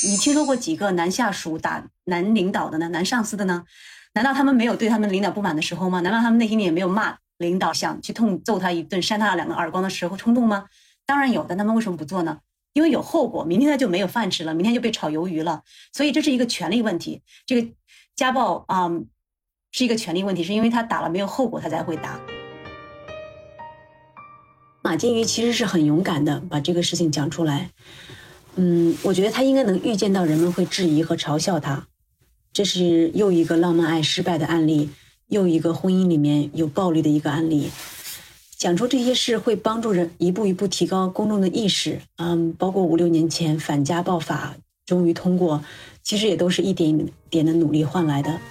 你听说过几个男下属打男领导的呢？男上司的呢？难道他们没有对他们领导不满的时候吗？难道他们内心里也没有骂领导，想去痛揍他一顿、扇他2个耳光的时候冲动吗？当然有的，他们为什么不做呢？因为有后果，明天他就没有饭吃了，明天就被炒鱿鱼了。所以这是一个权利问题。这个家暴是一个权利问题，是因为他打了没有后果，他才会打。马金鱼其实是很勇敢的，把这个事情讲出来。我觉得他应该能预见到人们会质疑和嘲笑他。这是又一个浪漫爱失败的案例，又一个婚姻里面有暴力的一个案例。讲出这些事会帮助人一步一步提高公众的意识。包括5、6年前反家暴法终于通过，其实也都是一点一点的努力换来的。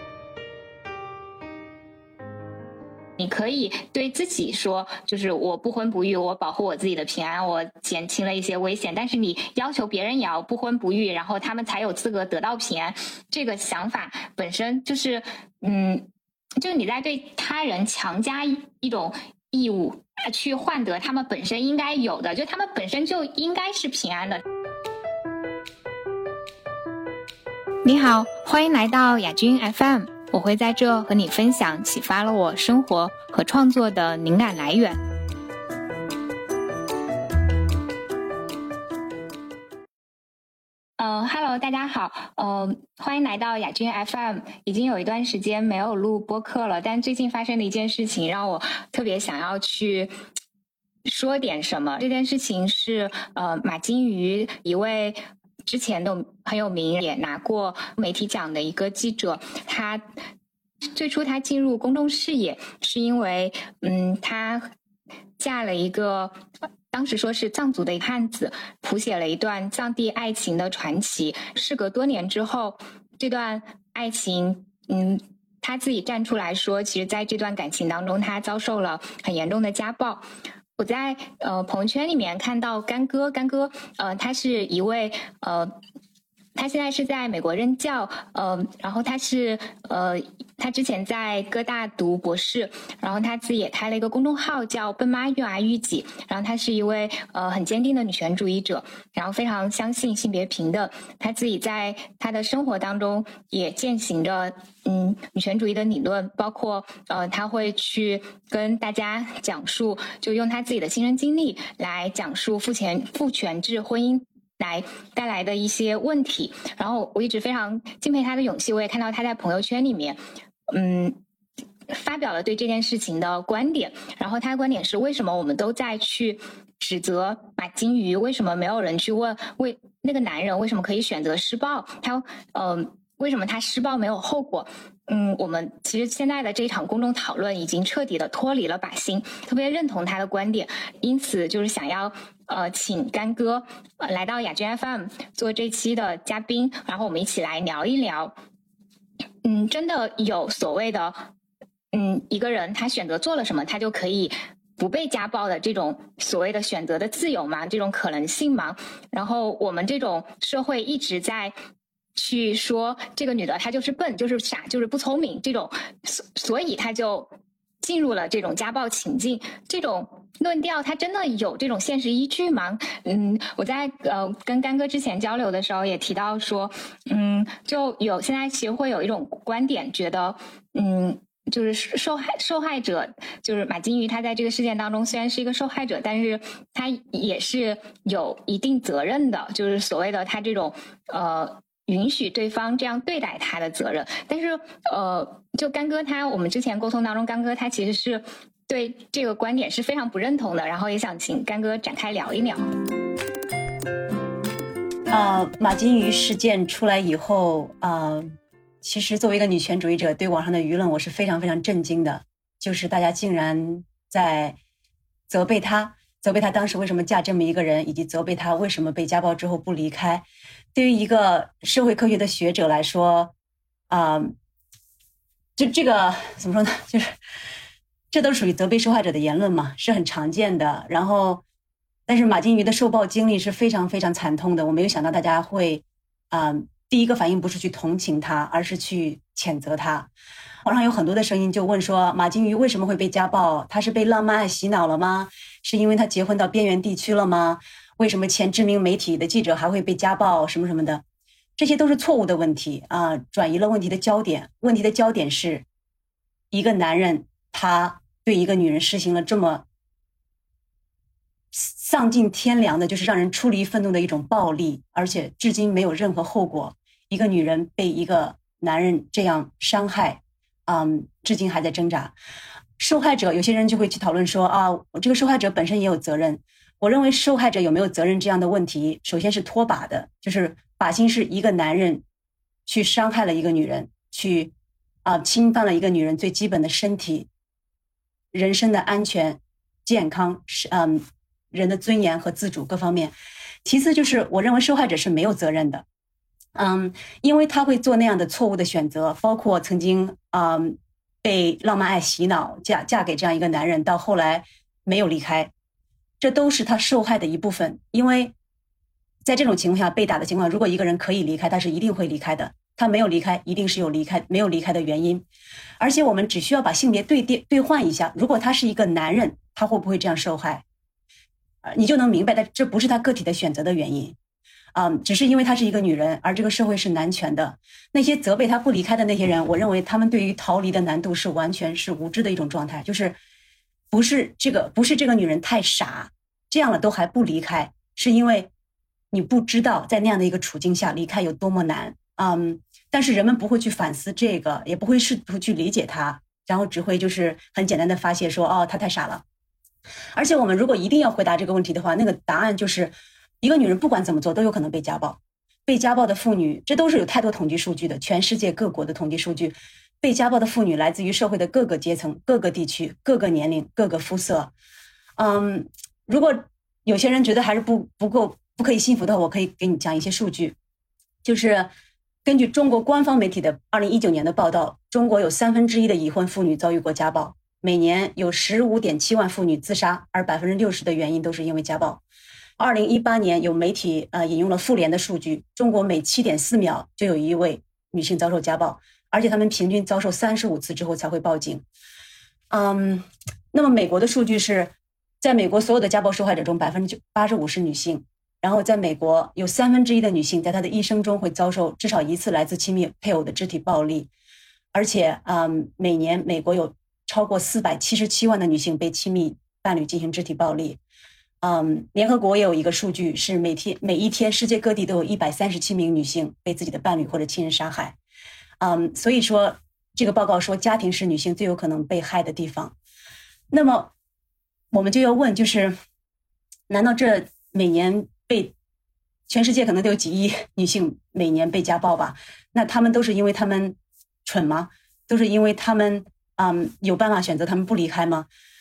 你可以对自己说，就是我不婚不育，我保护我自己的平安，我减轻了一些危险，但是你要求别人也要不婚不育，然后他们才有资格得到平安，这个想法本身就是就是你在对他人强加一种义务，去换得他们本身应该有的，就他们本身就应该是平安的。你好，欢迎来到亚军 FM， 我会在这和你分享启发了我生活和创作的灵感来源。Hello， 大家好，欢迎来到亚军 FM。已经有一段时间没有录播客了，但最近发生的一件事情让我特别想要去说点什么。这件事情是马金鱼，一位之前的很有名也拿过媒体奖的一个记者，他最初他进入公众视野是因为他嫁了一个当时说是藏族的一个汉子，谱写了一段藏地爱情的传奇。事隔多年之后，这段爱情他自己站出来说，其实在这段感情当中他遭受了很严重的家暴。我在朋友圈里面看到干哥他是一位他现在是在美国任教，然后他之前在哥大读博士，然后他自己也开了一个公众号叫笨妈育儿育己，然后他是一位很坚定的女权主义者，然后非常相信性别平等，他自己在他的生活当中也践行着女权主义的理论，包括他会去跟大家讲述，就用他自己的亲身经历来讲述父权制婚姻来带来的一些问题。然后我一直非常敬佩他的勇气，我也看到他在朋友圈里面发表了对这件事情的观点。然后他的观点是，为什么我们都在去指责马金鱼，为什么没有人去问为那个男人为什么可以选择施暴，他为什么他施暴没有后果。我们其实现在的这场公众讨论已经彻底的脱离了靶心，特别认同他的观点，因此就是想要请干哥来到亚军 FM 做这期的嘉宾，然后我们一起来聊一聊真的有所谓的一个人他选择做了什么，他就可以不被家暴的这种所谓的选择的自由吗？这种可能性吗？然后我们这种社会一直在去说这个女的她就是笨，就是傻，就是不聪明，这种所以她就进入了这种家暴情境，这种论调它真的有这种现实依据吗？我在跟干哥之前交流的时候也提到说就有现在其实会有一种观点觉得就是受害者，就是马金鱼他在这个事件当中虽然是一个受害者，但是他也是有一定责任的，就是所谓的他这种允许对方这样对待他的责任。但是就干哥我们之前沟通当中，干哥他其实是对这个观点是非常不认同的，然后也想请干哥展开聊一聊。 马金鱼事件出来以后其实作为一个女权主义者，对网上的舆论我是非常非常震惊的，就是大家竟然在责备她当时为什么嫁这么一个人，以及责备她为什么被家暴之后不离开。对于一个社会科学的学者来说就这个怎么说呢，就是这都属于责备受害者的言论嘛，是很常见的。然后但是马金鱼的受暴经历是非常非常惨痛的，我没有想到大家会第一个反应不是去同情他，而是去谴责他。网上有很多的声音就问说，马金鱼为什么会被家暴？他是被浪漫爱洗脑了吗？是因为他结婚到边缘地区了吗？ 为什么前知名媒体的记者还会被家暴什么什么的，这些都是错误的问题啊，转移了问题的焦点。问题的焦点是一个男人他对一个女人实行了这么丧尽天良的，就是让人出离愤怒的一种暴力，而且至今没有任何后果。一个女人被一个男人这样伤害，至今还在挣扎。受害者有些人就会去讨论说啊，这个受害者本身也有责任。我认为受害者有没有责任这样的问题，首先是脱靶的，就是靶心是一个男人去伤害了一个女人，去侵犯了一个女人最基本的身体、人身的安全、健康，人的尊严和自主各方面。其次就是我认为受害者是没有责任的，因为他会做那样的错误的选择，包括曾经被浪漫爱洗脑，嫁给这样一个男人，到后来没有离开，这都是他受害的一部分。因为在这种情况下，被打的情况，如果一个人可以离开，他是一定会离开的。他没有离开，一定是没有离开的原因。而且我们只需要把性别兑换一下，如果他是一个男人，他会不会这样受害？你就能明白，这不是他个体的选择的原因。只是因为她是一个女人，而这个社会是男权的。那些责备她不离开的那些人，我认为他们对于逃离的难度是完全是无知的一种状态，就是不是这个女人太傻，这样了都还不离开，是因为你不知道在那样的一个处境下离开有多么难。但是人们不会去反思这个，也不会试图去理解她，然后只会就是很简单的发泄说，她太傻了。而且我们如果一定要回答这个问题的话，那个答案就是一个女人不管怎么做都有可能被家暴。被家暴的妇女，这都是有太多统计数据的，全世界各国的统计数据，被家暴的妇女来自于社会的各个阶层、各个地区、各个年龄、各个肤色。如果有些人觉得还是不可以信服的话，我可以给你讲一些数据。就是根据中国官方媒体的2019年的报道，中国有1/3的已婚妇女遭遇过家暴，每年有15.7万妇女自杀，而60%的原因都是因为家暴。2018年有媒体引用了妇联的数据，中国每7.4秒就有一位女性遭受家暴，而且她们平均遭受35次之后才会报警。那么美国的数据是，在美国所有的家暴受害者中85%是女性，然后在美国有1/3的女性在她的一生中会遭受至少一次来自亲密配偶的肢体暴力，而且每年美国有超过477万的女性被亲密伴侣进行肢体暴力。联合国也有一个数据是每一天世界各地都有137名女性被自己的伴侣或者亲人杀害。所以说这个报告说家庭是女性最有可能被害的地方。那么我们就要问，就是难道这每年全世界可能都有几亿女性每年被家暴吧？那他们都是因为他们蠢吗？都是因为他们有办法选择他们不离开吗？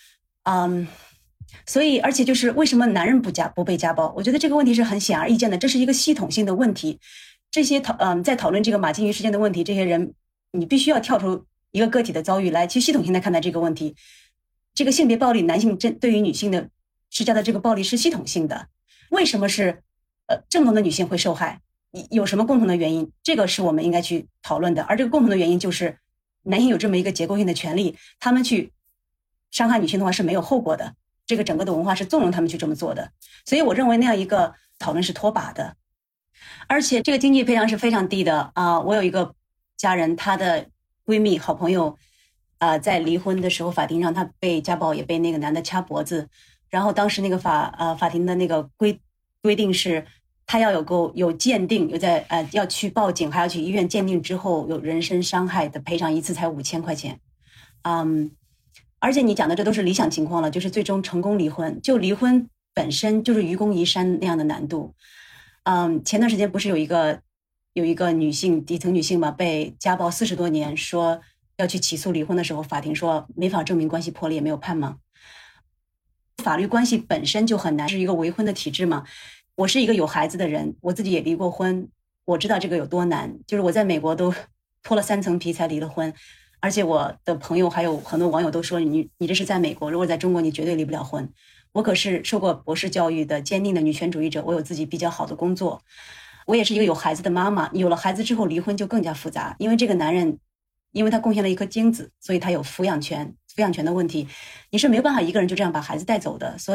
所以而且就是为什么男人不被家暴，我觉得这个问题是很显而易见的，这是一个系统性的问题。这些在讨论这个马金鱼事件的问题，这些人你必须要跳出一个个体的遭遇来去系统性的看待这个问题。这个性别暴力，男性对于女性的施加的这个暴力是系统性的，为什么是这么多的女性会受害，有什么共同的原因，这个是我们应该去讨论的。而这个共同的原因就是男性有这么一个结构性的权利，他们去伤害女性的话是没有后果的，这个整个的文化是纵容他们去这么做的。所以我认为那样一个讨论是脱靶的，而且这个经济赔偿是非常低的我有一个家人，她的闺蜜好朋友在离婚的时候，法庭上她被家暴，也被那个男的掐脖子，然后当时那个法庭的那个规定是她要有鉴定，要去报警，还要去医院鉴定之后有人身伤害的赔偿，一次才5000块钱。而且你讲的这都是理想情况了，就是最终成功离婚，就离婚本身就是愚公移山那样的难度。前段时间不是有一个女性，底层女性嘛，被家暴40多年，说要去起诉离婚的时候，法庭说没法证明关系破裂，没有判吗？法律关系本身就很难，是一个违婚的体制嘛。我是一个有孩子的人，我自己也离过婚，我知道这个有多难，就是我在美国都脱了3层皮才离了婚。而且我的朋友还有很多网友都说你这是在美国，如果在中国你绝对离不了婚。我可是受过博士教育的坚定的女权主义者，我有自己比较好的工作，我也是一个有孩子的妈妈。有了孩子之后离婚就更加复杂，因为这个男人因为他贡献了一颗精子，所以他有抚养权的问题，你是没有办法一个人就这样把孩子带走的。所以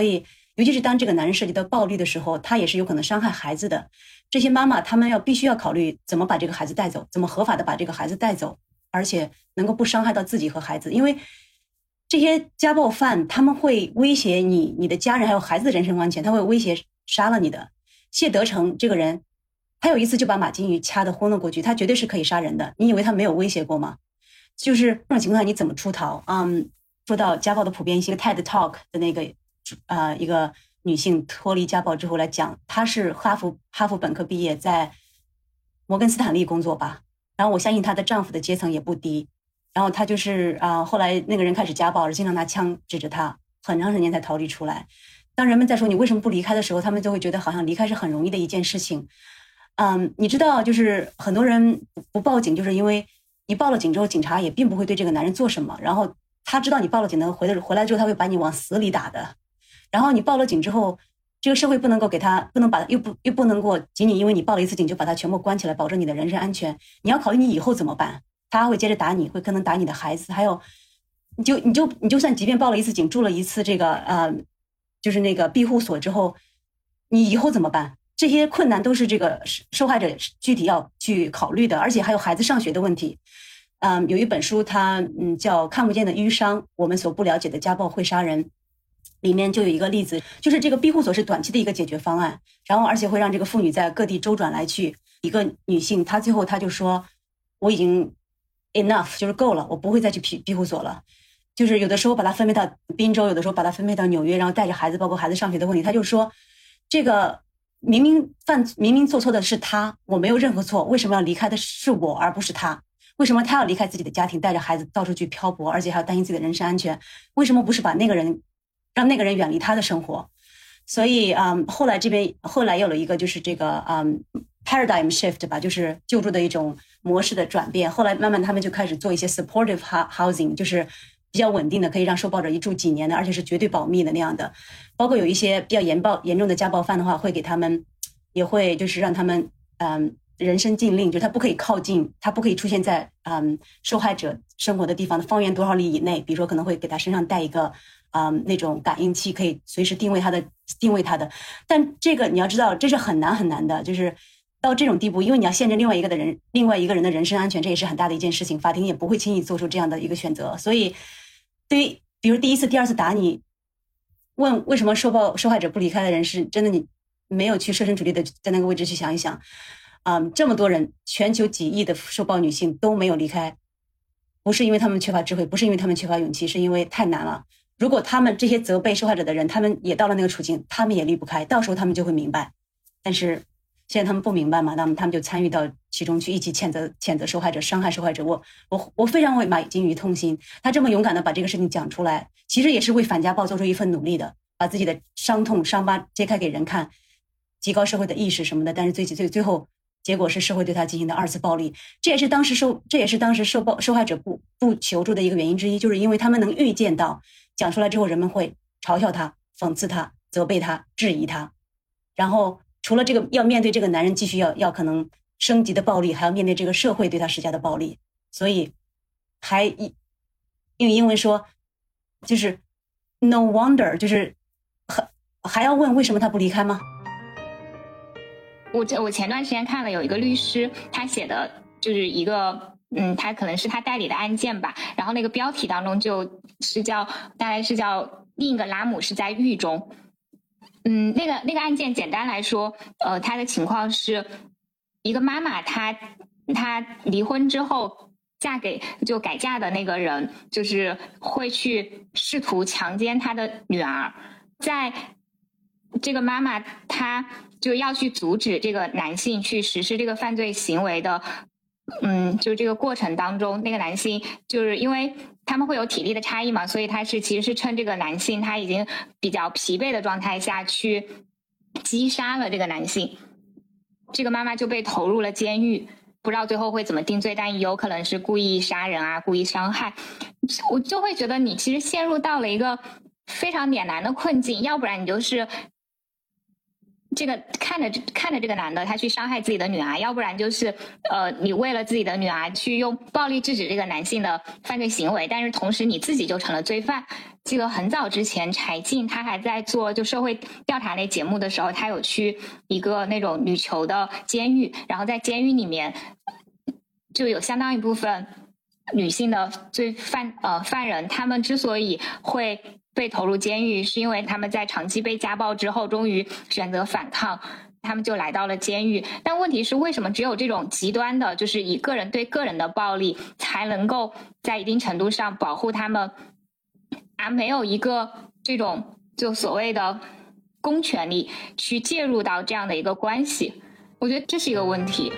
尤其是当这个男人涉及到暴力的时候，他也是有可能伤害孩子的。这些妈妈她们必须要考虑怎么把这个孩子带走，怎么合法的把这个孩子带走，而且能够不伤害到自己和孩子。因为这些家暴犯他们会威胁你的家人还有孩子的人身安全，他会威胁杀了你的。谢德成这个人，他有一次就把马金鱼掐得昏了过去，他绝对是可以杀人的。你以为他没有威胁过吗？就是这种情况下你怎么出逃？说到家暴的普遍性 ，TED Talk 的那个一个女性脱离家暴之后来讲，她是哈佛本科毕业，在摩根斯坦利工作吧。然后我相信她的丈夫的阶层也不低。然后她就是后来那个人开始家暴，经常拿枪指着她，很长时间才逃离出来。当人们在说你为什么不离开的时候，他们就会觉得好像离开是很容易的一件事情。你知道，就是很多人不报警，就是因为你报了警之后，警察也并不会对这个男人做什么。然后他知道你报了警的，回来之后他会把你往死里打的。然后你报了警之后，这个社会不能够给他，不能把又不能够仅仅因为你报了一次警就把他全部关起来，保证你的人身安全。你要考虑你以后怎么办，他会接着打你，会可能打你的孩子，还有你就算即便报了一次警，住了一次这个就是那个庇护所之后，你以后怎么办？这些困难都是这个受害者具体要去考虑的，而且还有孩子上学的问题。有一本书它叫《看不见的淤伤：我们所不了解的家暴会杀人》，里面就有一个例子，就是这个庇护所是短期的一个解决方案，然后而且会让这个妇女在各地周转来去。一个女性她最后她就说，我已经 enough 就是够了，我不会再去庇护所了。就是有的时候把她分配到宾州，有的时候把她分配到纽约，然后带着孩子，包括孩子上学的问题，她就说这个明明做错的是他，我没有任何错，为什么要离开的是我而不是他？为什么他要离开自己的家庭，带着孩子到处去漂泊，而且还要担心自己的人身安全？为什么不是把让那个人远离他的生活？所以后来有了一个就是这个paradigm shift 吧，就是救助的一种模式的转变。后来慢慢他们就开始做一些 supportive housing， 就是比较稳定的，可以让受暴者一住几年的，而且是绝对保密的那样的。包括有一些比较严重的家暴犯的话，会给他们，也会就是让他们人身禁令，就是他不可以靠近，他不可以出现在受害者生活的地方的方圆多少里以内。比如说可能会给他身上带一个那种感应器，可以随时定位他的。但这个你要知道，这是很难的，就是到这种地步，因为你要限制另外一个人的人身安全，这也是很大的一件事情，法庭也不会轻易做出这样的一个选择。所以对于比如第一次第二次打你，问为什么受害者不离开的人，是真的你没有去设身处地的在那个位置去想一想。这么多人，全球几亿的受暴女性都没有离开，不是因为他们缺乏智慧，不是因为他们缺乏勇气，是因为太难了。如果他们这些责备受害者的人，他们也到了那个处境，他们也离不开，到时候他们就会明白。但是现在他们不明白嘛，那么他们就参与到其中去，一起谴责受害者，伤害受害者。我非常为马金鱼痛心，他这么勇敢的把这个事情讲出来，其实也是为反家暴做出一份努力的，把自己的伤痛伤疤揭开给人看，提高社会的意识什么的。但是最后结果是社会对他进行的二次暴力，这也是当时受害者不求助的一个原因之一，就是因为他们能预见到讲出来之后人们会嘲笑他、讽刺他、责备他、质疑他，然后除了这个要面对这个男人继续要可能升级的暴力，还要面对这个社会对他施加的暴力。所以用英文说就是 no wonder， 就是还要问为什么他不离开吗？ 我前段时间看了有一个律师，他写的就是一个他可能是他代理的案件吧，然后那个标题当中大概是叫另一个拉姆是在狱中。那个案件简单来说，他的情况是一个妈妈，她离婚之后就改嫁的那个人，就是会去试图强奸她的女儿，在这个妈妈她就要去阻止这个男性去实施这个犯罪行为的，就这个过程当中，那个男性就是因为他们会有体力的差异嘛，所以他其实是趁这个男性他已经比较疲惫的状态下去击杀了这个男性，这个妈妈就被投入了监狱，不知道最后会怎么定罪，但有可能是故意杀人啊，故意伤害。我就会觉得你其实陷入到了一个非常两难的困境，要不然你就是这个看着这个男的他去伤害自己的女儿，要不然就是你为了自己的女儿去用暴力制止这个男性的犯罪行为，但是同时你自己就成了罪犯。记得很早之前柴静他还在做就社会调查类节目的时候，他有去一个那种女囚的监狱，然后在监狱里面就有相当一部分女性的犯人，他们之所以会被投入监狱，是因为他们在长期被家暴之后终于选择反抗，他们就来到了监狱。但问题是为什么只有这种极端的就是以个人对个人的暴力才能够在一定程度上保护他们，而没有一个这种就所谓的公权力去介入到这样的一个关系？我觉得这是一个问题。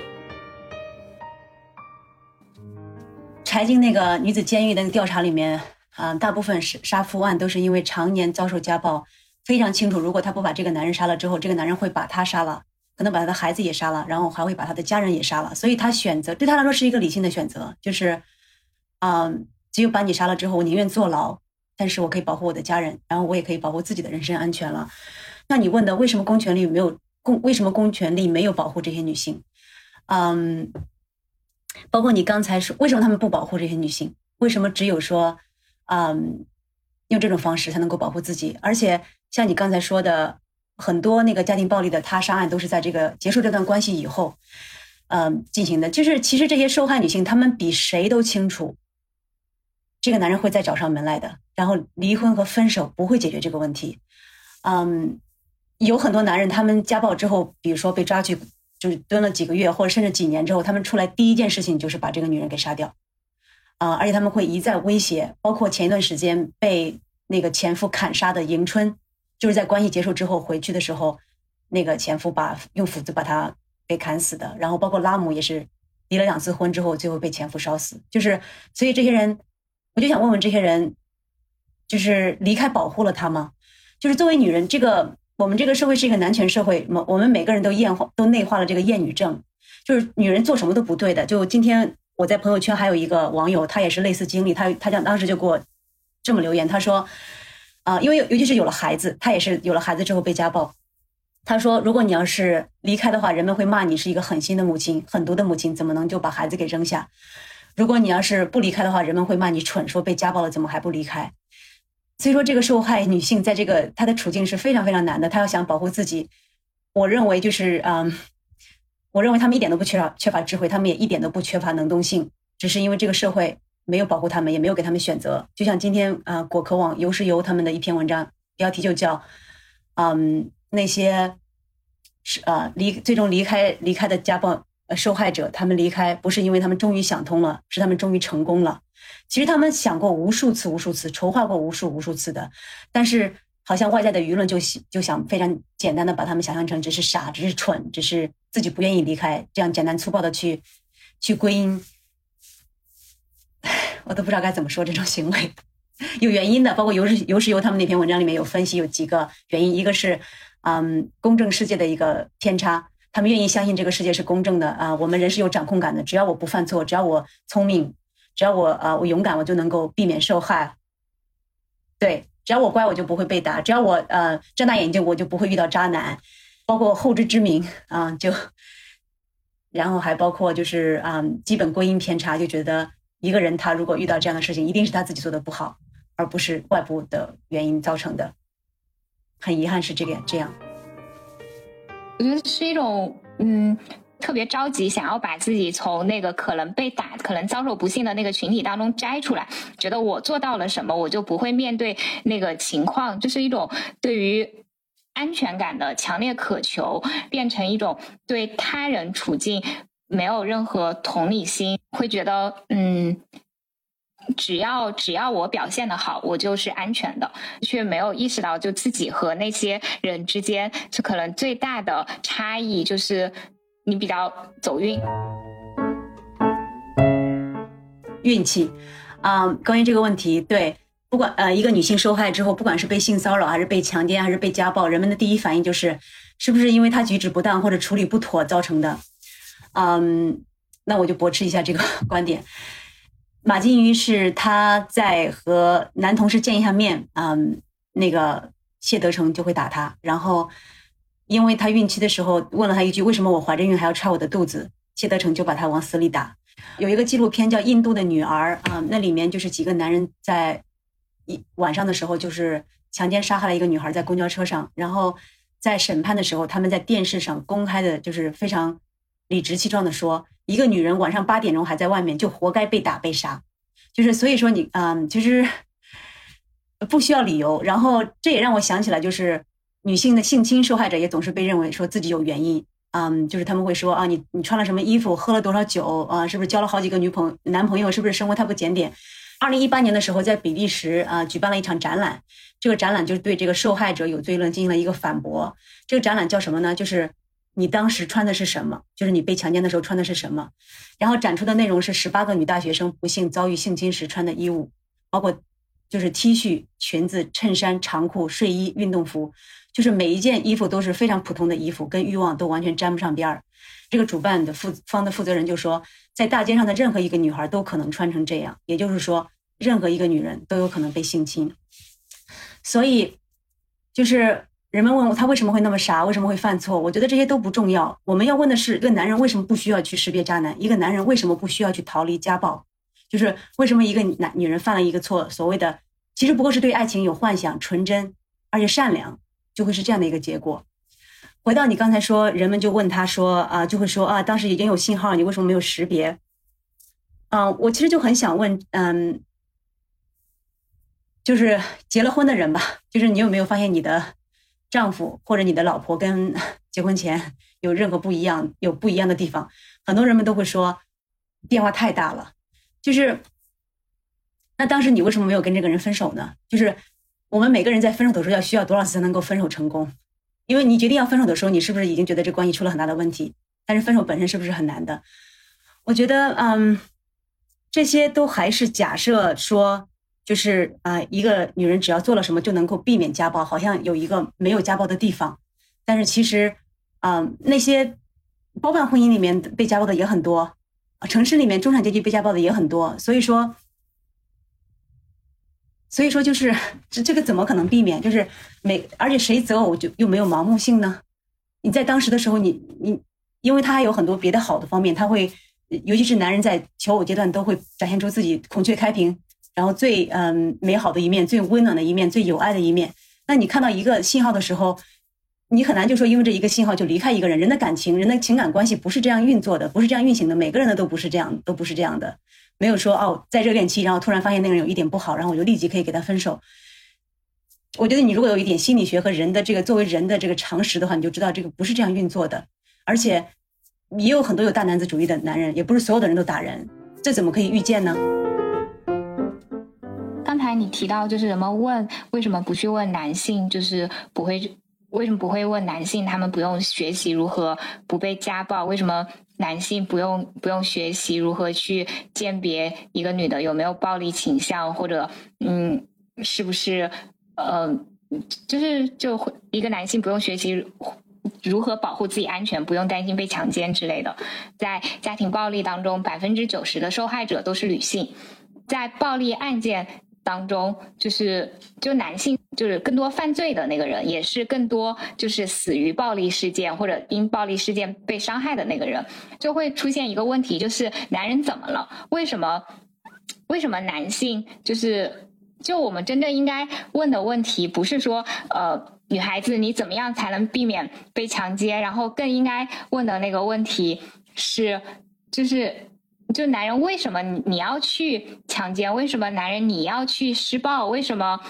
柴静那个女子监狱的调查里面大部分杀夫案都是因为常年遭受家暴，非常清楚，如果他不把这个男人杀了之后，这个男人会把他杀了，可能把他的孩子也杀了，然后还会把他的家人也杀了。所以他选择，对他来说是一个理性的选择，就是只有把你杀了之后，我宁愿坐牢，但是我可以保护我的家人，然后我也可以保护自己的人身安全了。那你问的为什么公权力没有保护这些女性？包括你刚才说为什么他们不保护这些女性，为什么只有说用这种方式才能够保护自己？而且像你刚才说的，很多那个家庭暴力的他杀案都是在这个结束这段关系以后进行的。就是其实这些受害女性她们比谁都清楚这个男人会再找上门来的，然后离婚和分手不会解决这个问题。有很多男人他们家暴之后，比如说被抓去就是蹲了几个月或者甚至几年之后，他们出来第一件事情就是把这个女人给杀掉而且他们会一再威胁，包括前一段时间被那个前夫砍杀的迎春，就是在关系结束之后回去的时候，那个前夫用斧子把她给砍死的。然后包括拉姆也是离了2次婚之后最后被前夫烧死。就是所以这些人，我就想问问这些人，就是离开保护了他吗？就是作为女人，我们这个社会是一个男权社会，我们每个人都内化了这个厌女症，就是女人做什么都不对的。就今天我在朋友圈还有一个网友，他也是类似经历，他当时就给我这么留言，他说因为尤其是有了孩子，他也是有了孩子之后被家暴，他说如果你要是离开的话，人们会骂你是一个狠心的母亲，狠毒的母亲，怎么能就把孩子给扔下？如果你要是不离开的话，人们会骂你蠢，说被家暴了怎么还不离开？所以说这个受害女性在这个她的处境是非常非常难的，她要想保护自己，我认为就是我认为他们一点都不缺乏智慧，他们也一点都不缺乏能动性，只是因为这个社会没有保护他们，也没有给他们选择。就像今天果壳网有时由他们的一篇文章，标题就叫那些最终离开的家暴受害者，他们离开不是因为他们终于想通了，是他们终于成功了。其实他们想过无数次筹划过无数次的，但是好像外在的舆论就想非常简单的把他们想象成只是傻，只是蠢，只是自己不愿意离开，这样简单粗暴的去归因，我都不知道该怎么说这种行为。有原因的，包括有时由他们那篇文章里面有分析，有几个原因，一个是公正世界的一个偏差，他们愿意相信这个世界是公正的我们人是有掌控感的，只要我不犯错，只要我聪明，只要我勇敢，我就能够避免受害。对，只要我乖，我就不会被打；只要我睁大眼睛，我就不会遇到渣男。包括后知之明然后还包括就是基本归因偏差，就觉得一个人他如果遇到这样的事情，一定是他自己做的不好，而不是外部的原因造成的。很遗憾是这样。 我觉得是一种特别着急想要把自己从那个可能被打可能遭受不幸的那个群体当中摘出来，觉得我做到了什么我就不会面对那个情况，这是一种对于安全感的强烈渴求，变成一种对他人处境没有任何同理心，会觉得只要我表现得好，我就是安全的，却没有意识到就自己和那些人之间是可能最大的差异就是你比较走运。 运气关于这个问题，对，不管一个女性受害之后，不管是被性骚扰还是被强奸还是被家暴，人们的第一反应就是是不是因为她举止不当或者处理不妥造成的。那我就驳斥一下这个观点。马金鱼是他在和男同事见一下面那个谢德成就会打他，然后因为她孕期的时候问了她一句为什么我怀着孕还要踹我的肚子，谢德成就把她往死里打。有一个纪录片叫《印度的女儿》那里面就是几个男人在晚上的时候就是强奸杀害了一个女孩在公交车上，然后在审判的时候他们在电视上公开的就是非常理直气壮的说，一个女人晚上8点钟还在外面就活该被打被杀。就是所以说你其实不需要理由。然后这也让我想起来，就是女性的性侵受害者也总是被认为说自己有原因。就是他们会说你穿了什么衣服，喝了多少酒是不是交了好几个男朋友，是不是生活太不检点。2018年的时候在比利时举办了一场展览，这个展览就是对这个受害者有罪论进行了一个反驳。这个展览叫什么呢？就是你当时穿的是什么，就是你被强奸的时候穿的是什么。然后展出的内容是18个女大学生不幸遭遇性侵时穿的衣物，包括就是 T 恤、裙子、衬衫、长裤、睡衣、运动服，就是每一件衣服都是非常普通的衣服，跟欲望都完全沾不上边儿。这个主办的方的负责人就说，在大街上的任何一个女孩都可能穿成这样，也就是说任何一个女人都有可能被性侵。所以就是人们问我他为什么会那么傻，为什么会犯错，我觉得这些都不重要。我们要问的是，一个男人为什么不需要去识别渣男，一个男人为什么不需要去逃离家暴，就是为什么一个女人犯了一个错，所谓的其实不过是对爱情有幻想、纯真而且善良，就会是这样的一个结果。回到你刚才说，人们就问他说就会说当时已经有信号，你为什么没有识别？我其实就很想问就是结了婚的人吧，就是你有没有发现你的丈夫或者你的老婆跟结婚前有任何不一样的地方？很多人们都会说变化太大了。就是那当时你为什么没有跟这个人分手呢？就是我们每个人在分手的时候要需要多少次才能够分手成功？因为你决定要分手的时候，你是不是已经觉得这关系出了很大的问题？但是分手本身是不是很难的？我觉得这些都还是假设说就是一个女人只要做了什么就能够避免家暴，好像有一个没有家暴的地方。但是其实那些包办婚姻里面被家暴的也很多，城市里面中产阶级被家暴的也很多。所以说就是这个怎么可能避免？就是而且谁择偶就又没有盲目性呢？你在当时的时候你因为他还有很多别的好的方面，他会尤其是男人在求偶阶段都会展现出自己孔雀开屏，然后最美好的一面，最温暖的一面，最有爱的一面。那你看到一个信号的时候，你很难就说因为这一个信号就离开一个人。人的感情，人的情感关系不是这样运作的，不是这样运行的，每个人的都不是这样的。没有说在热恋期然后突然发现那个人有一点不好，然后我就立即可以给他分手。我觉得你如果有一点心理学和人的这个作为人的这个常识的话，你就知道这个不是这样运作的。而且也有很多有大男子主义的男人，也不是所有的人都打人，这怎么可以预见呢？ 刚才你提到就是人们问为什么不去问男性，就是为什么不会问男性他们不用学习如何不被家暴，为什么男性不用学习如何去鉴别一个女的有没有暴力倾向，或者是不是就一个男性不用学习如何保护自己安全，不用担心被强奸之类的。在家庭暴力当中，90%的受害者都是女性。在暴力案件当中，就男性就是更多犯罪的那个人，也是更多就是死于暴力事件或者因暴力事件被伤害的那个人。就会出现一个问题，就是男人怎么了？为什么男性就我们真正应该问的问题不是说女孩子你怎么样才能避免被强奸，然后更应该问的那个问题是就男人为什么你要去强奸，为什么男人你要去施暴，为什么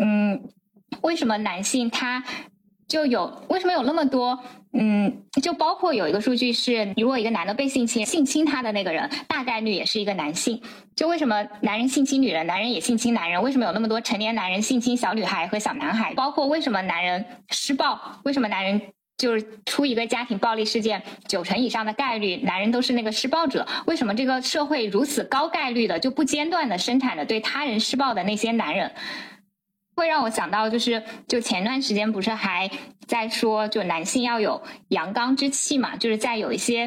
男性他为什么有那么多就包括有一个数据是，如果一个男的被性侵他的那个人大概率也是一个男性。就为什么男人性侵女人，男人也性侵男人，为什么有那么多成年男人性侵小女孩和小男孩，包括为什么男人施暴，为什么男人就是出一个家庭暴力事件90%以上的概率男人都是那个施暴者，为什么这个社会如此高概率的就不间断的生产的对他人施暴的那些男人。会让我想到就前段时间不是还在说就男性要有阳刚之气嘛，就是在有一些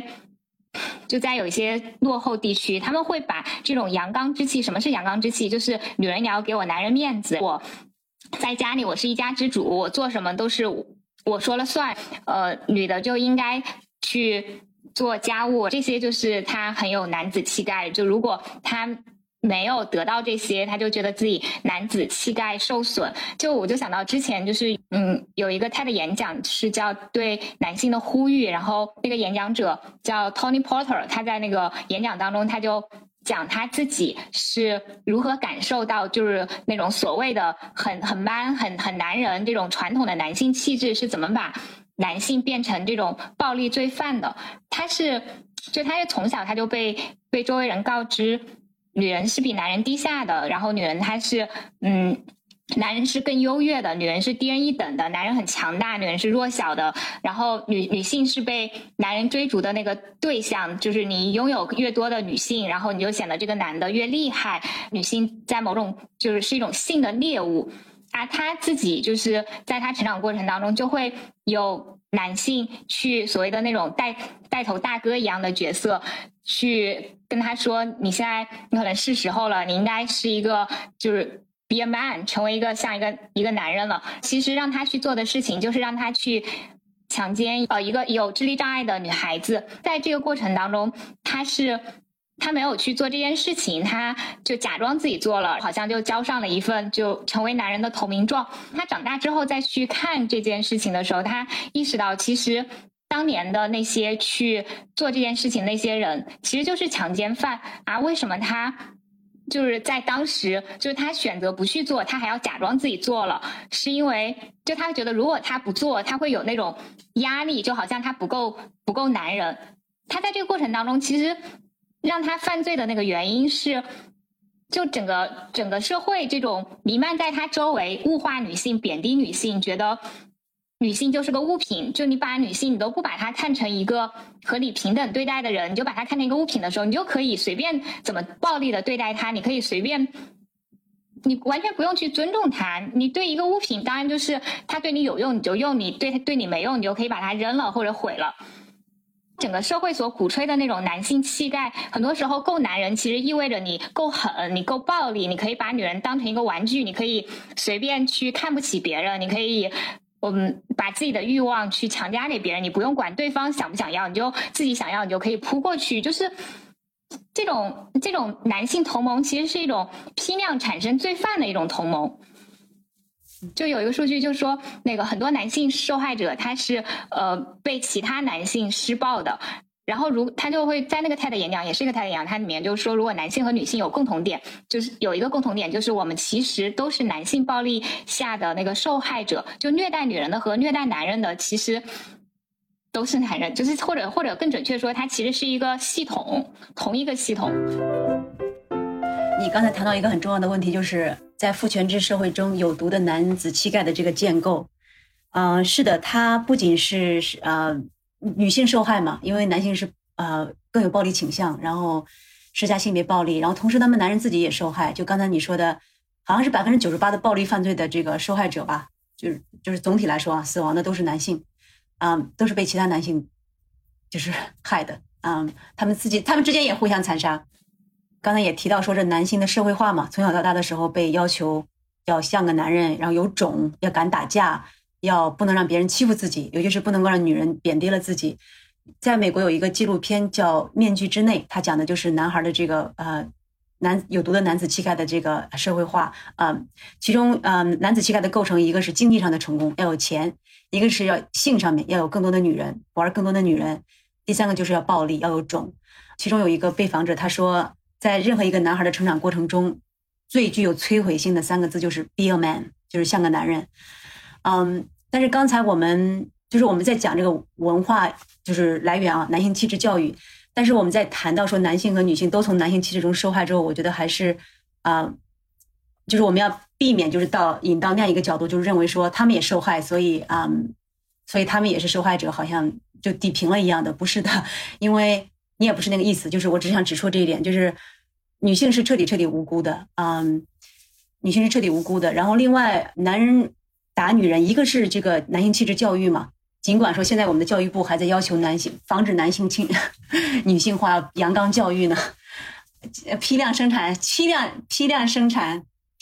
落后地区，他们会把这种阳刚之气，什么是阳刚之气？就是女人你要给我男人面子，我在家里我是一家之主，我做什么都是我说了算，女的就应该去做家务，这些就是她很有男子气概。就如果她没有得到这些，他就觉得自己男子气概受损。我就想到之前就是有一个TED演讲是叫对男性的呼吁，然后那个演讲者叫 Tony Porter， 他在那个演讲当中他就讲他自己是如何感受到就是那种所谓的很 man 很男人这种传统的男性气质是怎么把男性变成这种暴力罪犯的。他是从小他就被周围人告知女人是比男人低下的，然后女人她是男人是更优越的，女人是低人一等的，男人很强大，女人是弱小的，然后女性是被男人追逐的那个对象，就是你拥有越多的女性，然后你就显得这个男的越厉害，女性在某种是一种性的猎物啊。他自己就是在他成长过程当中就会有男性去所谓的那种带头大哥一样的角色去跟他说，你可能是时候了，你应该是一个be a man， 成为像一个男人了。其实让他去做的事情就是让他去强奸一个有智力障碍的女孩子。在这个过程当中他没有去做这件事情，他就假装自己做了，好像就交上了一份就成为男人的投名状。他长大之后再去看这件事情的时候，他意识到其实当年的那些去做这件事情那些人其实就是强奸犯啊。为什么他在当时他选择不去做，他还要假装自己做了，是因为他觉得如果他不做他会有那种压力，就好像他不够男人。他在这个过程当中其实让他犯罪的那个原因是整个社会这种弥漫在他周围物化女性贬低女性，觉得女性就是个物品，你把女性你都不把她看成一个合理平等对待的人，你就把她看成一个物品的时候，你就可以随便怎么暴力的对待她，你可以随便，你完全不用去尊重她。你对一个物品当然就是她对你有用你就用，你对你没用你就可以把它扔了或者毁了。整个社会所鼓吹的那种男性气概，很多时候够男人其实意味着你够狠，你够暴力，你可以把女人当成一个玩具，你可以随便去看不起别人，你可以把自己的欲望去强加给别人，你不用管对方想不想要，你就自己想要你就可以扑过去。就是这种男性同盟其实是一种批量产生罪犯的一种同盟。就有一个数据就说那个很多男性受害者他是被其他男性施暴的，然后他就会在那个 TED 演讲，也是一个 TED 演讲，它里面就是说如果男性和女性有共同点，就是有一个共同点，就是我们其实都是男性暴力下的那个受害者，就虐待女人的和虐待男人的其实都是男人，就是或者更准确说它其实是一个系统，同一个系统。 你刚才谈到一个很重要的问题，就是在父权制社会中有毒的男子气概的这个建构。是的，它不仅是女性受害嘛，因为男性是更有暴力倾向，然后施加性别暴力，然后同时他们男人自己也受害。就刚才你说的，好像是98%的暴力犯罪的这个受害者吧，就是总体来说死亡的都是男性，都是被其他男性就是害的，他们之间也互相残杀。刚才也提到说这男性的社会化嘛，从小到大的时候被要求要像个男人，然后有种，要敢打架，要不能让别人欺负自己，尤其是不能够让女人贬低了自己。在美国有一个纪录片叫《面具之内》，它讲的就是男孩的这个有毒的男子气概的这个社会化。其中男子气概的构成，一个是经济上的成功，要有钱；一个是要性上面要有更多的女人，玩更多的女人；第三个就是要暴力，要有种。其中有一个被访者他说，在任何一个男孩的成长过程中，最具有摧毁性的3个字就是 be a man， 就是像个男人。但是刚才我们在讲这个文化就是来源男性气质教育，但是我们在谈到说男性和女性都从男性气质中受害之后，我觉得还是就是我们要避免就是引到那样一个角度，就是认为说他们也受害，所以他们也是受害者，好像就抵平了一样的。不是的，因为你也不是那个意思，就是我只想指出这一点，就是女性是彻底无辜的，女性是彻底无辜的。然后另外，男人打女人，一个是这个男性气质教育嘛，尽管说现在我们的教育部还在要求防止男性女性化阳刚教育呢，批量生产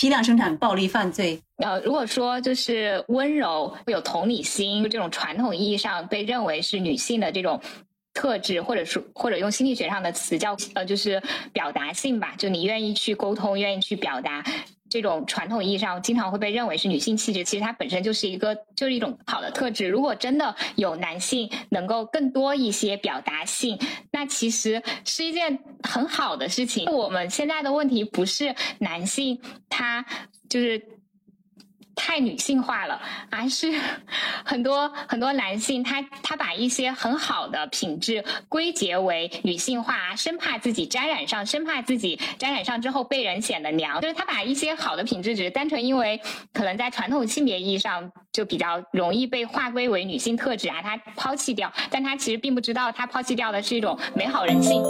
批量生产暴力犯罪。 如果说就是温柔、有同理心这种传统意义上被认为是女性的这种特质，或者用心理学上的词叫就是表达性吧，就你愿意去沟通，愿意去表达，这种传统意义上经常会被认为是女性气质，其实它本身就是一种好的特质。如果真的有男性能够更多一些表达性，那其实是一件很好的事情。我们现在的问题不是男性他就是太女性化了，而是很多男性他把一些很好的品质归结为女性化，生怕自己沾染上之后被人显得娘，就是他把一些好的品质只是单纯因为可能在传统性别意义上就比较容易被划归为女性特质啊，他抛弃掉，但他其实并不知道他抛弃掉的是一种美好人性。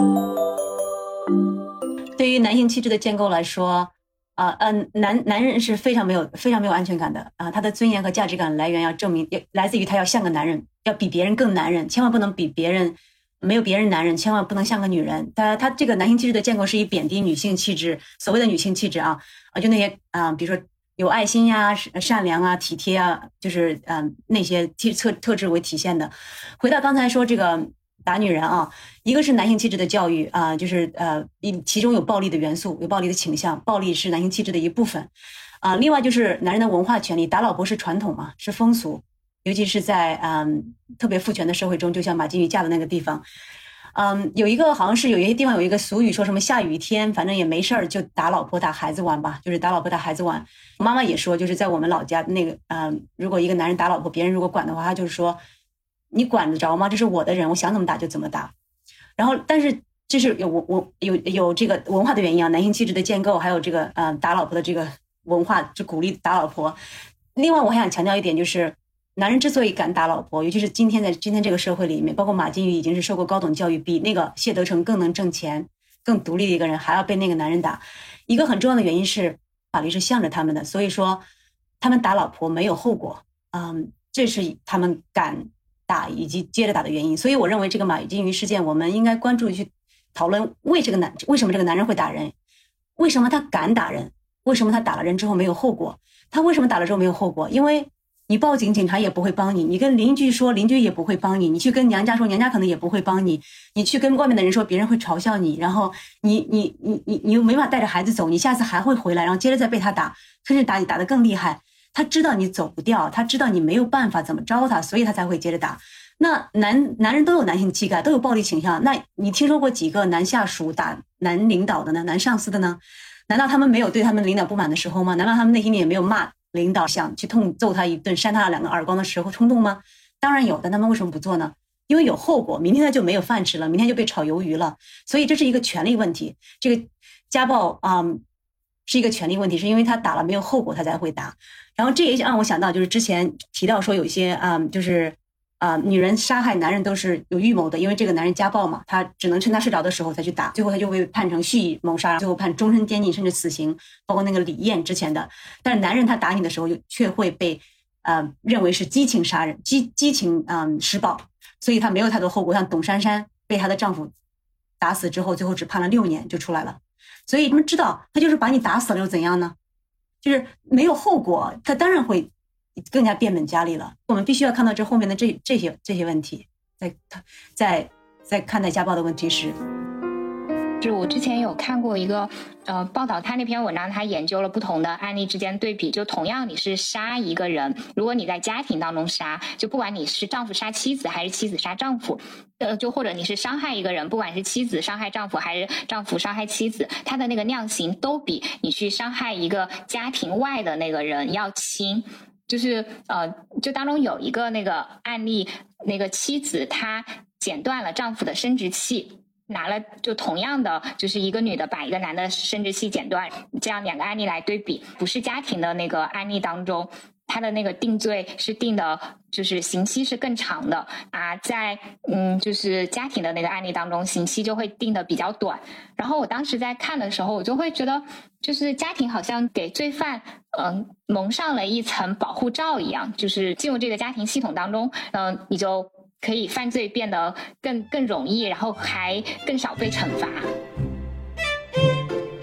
对于男性气质的建构来说，男人是非常没有安全感的啊，他的尊严和价值感来源要证明来自于他要像个男人，要比别人更男人，千万不能比别人没有别人男人，千万不能像个女人。他这个男性气质的建构是以贬低女性气质，所谓的女性气质就那些比如说有爱心呀、善良啊、体贴啊，就是那些特质为体现的。回到刚才说这个打女人一个是男性气质的教育就是其中有暴力的元素，有暴力的倾向，暴力是男性气质的一部分另外就是男人的文化权利，打老婆是传统嘛，是风俗，尤其是在特别父权的社会中，就像马金鱼嫁的那个地方有一个好像是有一些地方有一个俗语说什么下雨天反正也没事儿就打老婆打孩子玩吧，就是打老婆打孩子玩。妈妈也说就是在我们老家那个如果一个男人打老婆，别人如果管的话，他就是说你管得着吗？这是我的人，我想怎么打就怎么打。然后但是这是有这个文化的原因男性气质的建构，还有这个打老婆的这个文化就鼓励打老婆。另外我还想强调一点，就是男人之所以敢打老婆，尤其是今天这个社会里面，包括马金鱼已经是受过高等教育，比那个谢德成更能挣钱更独立的一个人还要被那个男人打，一个很重要的原因是法律是向着他们的，所以说他们打老婆没有后果这是他们敢打以及接着打的原因。所以我认为这个马金鱼事件我们应该关注去讨论为什么这个男人会打人，为什么他敢打人，为什么他打了人之后没有后果，他为什么打了之后没有后果，因为你报警警察也不会帮你，你跟邻居说邻居也不会帮你，你去跟娘家说娘家可能也不会帮你，你去跟外面的人说别人会嘲笑你，然后你又没法带着孩子走，你下次还会回来，然后接着再被他打，甚至打你打得更厉害。他知道你走不掉，他知道你没有办法怎么招他，所以他才会接着打。那男人都有男性气概，都有暴力倾向，那你听说过几个男下属打男领导的呢？男上司的呢？难道他们没有对他们领导不满的时候吗？难道他们内心里也没有骂领导想去痛揍他一顿扇他2个耳光的时候冲动吗？当然有，但他们为什么不做呢？因为有后果，明天他就没有饭吃了，明天就被炒鱿鱼了。所以这是一个权利问题，这个家暴是一个权利问题，是因为他打了没有后果他才会打。然后这也让我想到就是之前提到说有一些就是女人杀害男人都是有预谋的，因为这个男人家暴嘛，他只能趁他睡着的时候才去打，最后他就会判成蓄意谋杀，最后判终身监禁甚至死刑，包括那个李艳之前的。但是男人他打你的时候却会被认为是激情杀人，激情施暴，所以他没有太多后果。像董珊珊被她的丈夫打死之后，最后只判了6年就出来了。所以他们知道他就是把你打死了又怎样呢？就是没有后果，他当然会更加变本加厉了。我们必须要看到这后面的这些问题，在看待家暴的问题时。 是我之前有看过一个报道，他那篇文章他研究了不同的案例之间对比，就同样你是杀一个人，如果你在家庭当中杀，就不管你是丈夫杀妻子还是妻子杀丈夫就或者你是伤害一个人，不管是妻子伤害丈夫还是丈夫伤害妻子，他的那个量刑都比你去伤害一个家庭外的那个人要轻。就是就当中有一个那个案例，那个妻子她剪断了丈夫的生殖器，拿了就同样的就是一个女的把一个男的生殖器剪断，这样2个案例来对比，不是家庭的那个案例当中他的那个定罪是定的就是刑期是更长的在就是家庭的那个案例当中刑期就会定的比较短。然后我当时在看的时候我就会觉得就是家庭好像给罪犯蒙上了一层保护罩一样，就是进入这个家庭系统当中你就可以犯罪变得更容易，然后还更少被惩罚。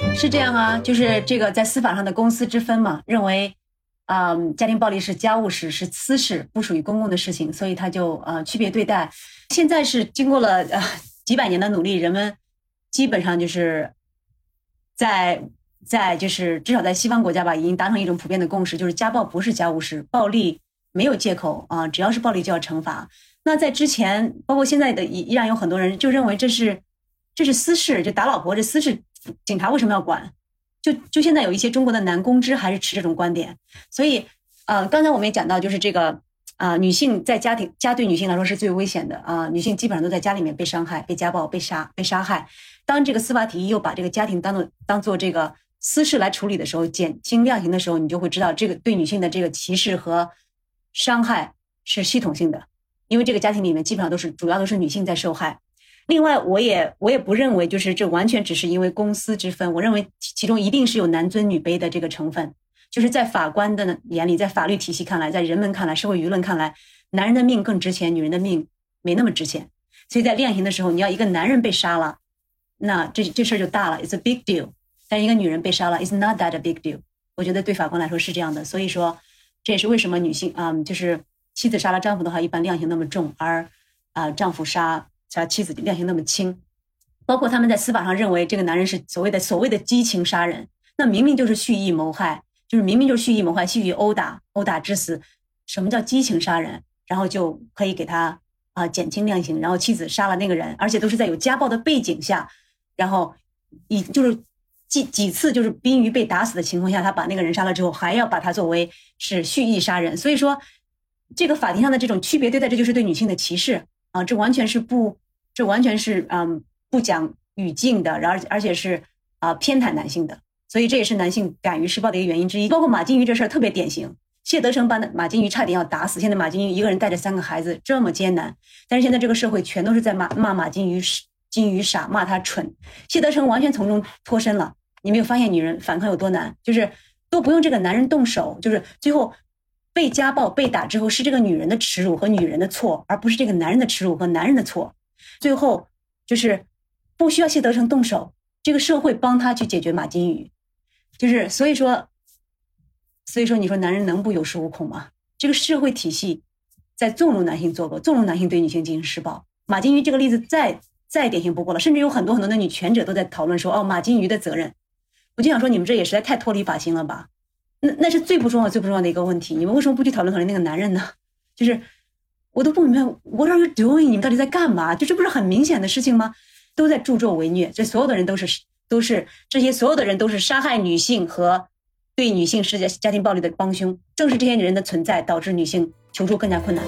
是这样啊，就是这个在司法上的公私之分嘛，认为家庭暴力是家务事，是私事，不属于公共的事情，所以他就区别对待。现在是经过了几百年的努力，人们基本上就是在就是至少在西方国家吧，已经达成一种普遍的共识，就是家暴不是家务事，暴力没有借口只要是暴力就要惩罚。那在之前，包括现在的依然有很多人就认为这是私事，就打老婆这私事，警察为什么要管？就现在有一些中国的男公知还是持这种观点。所以刚才我们也讲到，就是这个女性在家对女性来说是最危险的女性基本上都在家里面被伤害、被家暴、被杀害。当这个司法体系又把这个家庭当做这个私事来处理的时候，减轻量刑的时候，你就会知道这个对女性的这个歧视和伤害是系统性的，因为这个家庭里面基本上主要都是女性在受害。另外我也不认为就是这完全只是因为公私之分，我认为其中一定是有男尊女卑的这个成分，就是在法官的眼里，在法律体系看来，在人们看来，社会舆论看来，男人的命更值钱，女人的命没那么值钱。所以在量刑的时候，你要一个男人被杀了，那这事儿就大了， it's a big deal， 但一个女人被杀了 it's not that a big deal。 我觉得对法官来说是这样的。所以说这也是为什么女性就是妻子杀了丈夫的话一般量刑那么重，而丈夫杀妻子量刑那么轻。包括他们在司法上认为这个男人是所谓的激情杀人，那明明就是蓄意谋害，就是蓄意谋害，蓄意殴打致死。什么叫激情杀人？然后就可以给他减轻量刑，然后妻子杀了那个人，而且都是在有家暴的背景下，然后就是几次就是濒于被打死的情况下，他把那个人杀了之后，还要把他作为是蓄意杀人。所以说这个法庭上的这种区别对待，这就是对女性的歧视这完全是不讲语境的，而且是偏袒男性的。所以这也是男性敢于施暴的一个原因之一。包括马金鱼这事儿特别典型，谢德成把马金鱼差点要打死，现在马金鱼一个人带着3个孩子这么艰难，但是现在这个社会全都是在骂马金鱼傻，骂他蠢。谢德成完全从中脱身了。你没有发现女人反抗有多难？就是都不用这个男人动手，就是最后被家暴被打之后是这个女人的耻辱和女人的错，而不是这个男人的耻辱和男人的错。最后就是不需要谢德成动手，这个社会帮他去解决马金鱼。就是所以说你说男人能不有恃无恐吗？这个社会体系在纵容男性做过，纵容男性对女性进行施暴。马金鱼这个例子再典型不过了，甚至有很多的女权者都在讨论说马金鱼的责任。我就想说你们这也实在太脱离法心了吧。那是最不重要的一个问题，你们为什么不去讨论那个男人呢？就是我都不明白 what are you doing， 你们到底在干嘛？就这不是很明显的事情吗？都在助纣为虐，这所有的人都是这些所有的人都是杀害女性和对女性施加家庭暴力的帮凶。正是这些人的存在导致女性求助更加困难。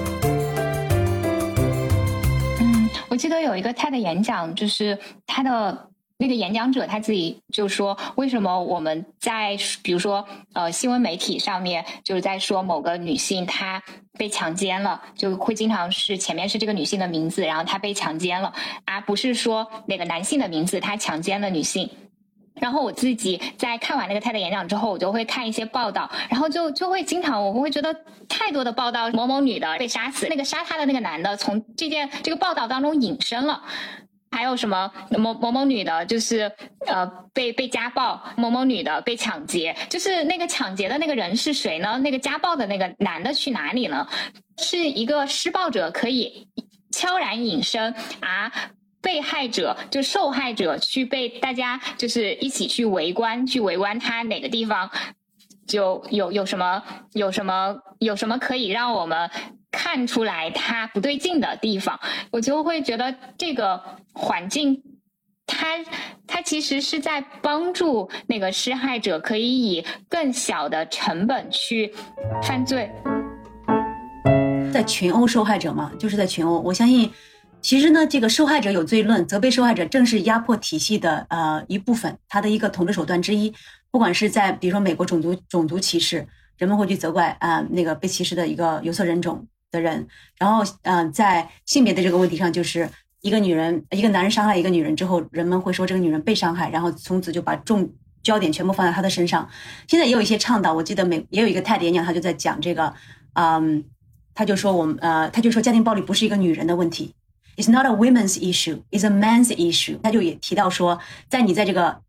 我记得有一个TED演讲，就是他的那个演讲者他自己就说，为什么我们在比如说新闻媒体上面就是在说某个女性她被强奸了，就会经常是前面是这个女性的名字，然后她被强奸了，而不是说那个男性的名字他强奸了女性。然后我自己在看完那个TED演讲之后，我就会看一些报道，然后就会经常我会觉得太多的报道，某某女的被杀死，那个杀她的那个男的从这个报道当中引申了。还有什么某某女的就是被家暴，某某女的被抢劫，就是那个抢劫的那个人是谁呢？那个家暴的那个男的去哪里了？是一个施暴者可以悄然隐身被害者就受害者去被大家就是一起去围观他哪个地方就有什么可以让我们看出来他不对劲的地方。我就会觉得这个环境它其实是在帮助那个施害者可以以更小的成本去犯罪。 在群殴受害者嘛，就是在群殴。我相信其实呢，这个受害者有罪论，责备受害者正是压迫体系的一部分，它的一个统治手段之一。不管是在比如说美国种族歧视，人们会去责怪那个被歧视的一个有色人种的人，然后在性别的这个问题上，就是一个男人伤害一个女人之后，人们会说这个女人被伤害，然后从此就把焦点全部放在她的身上。现在也有一些倡导，我记得也有一个TED演讲，他就在讲这个他就说家庭暴力不是一个女人的问题，It's not a women's issue, it's a man's issue。他就也提到说，在这个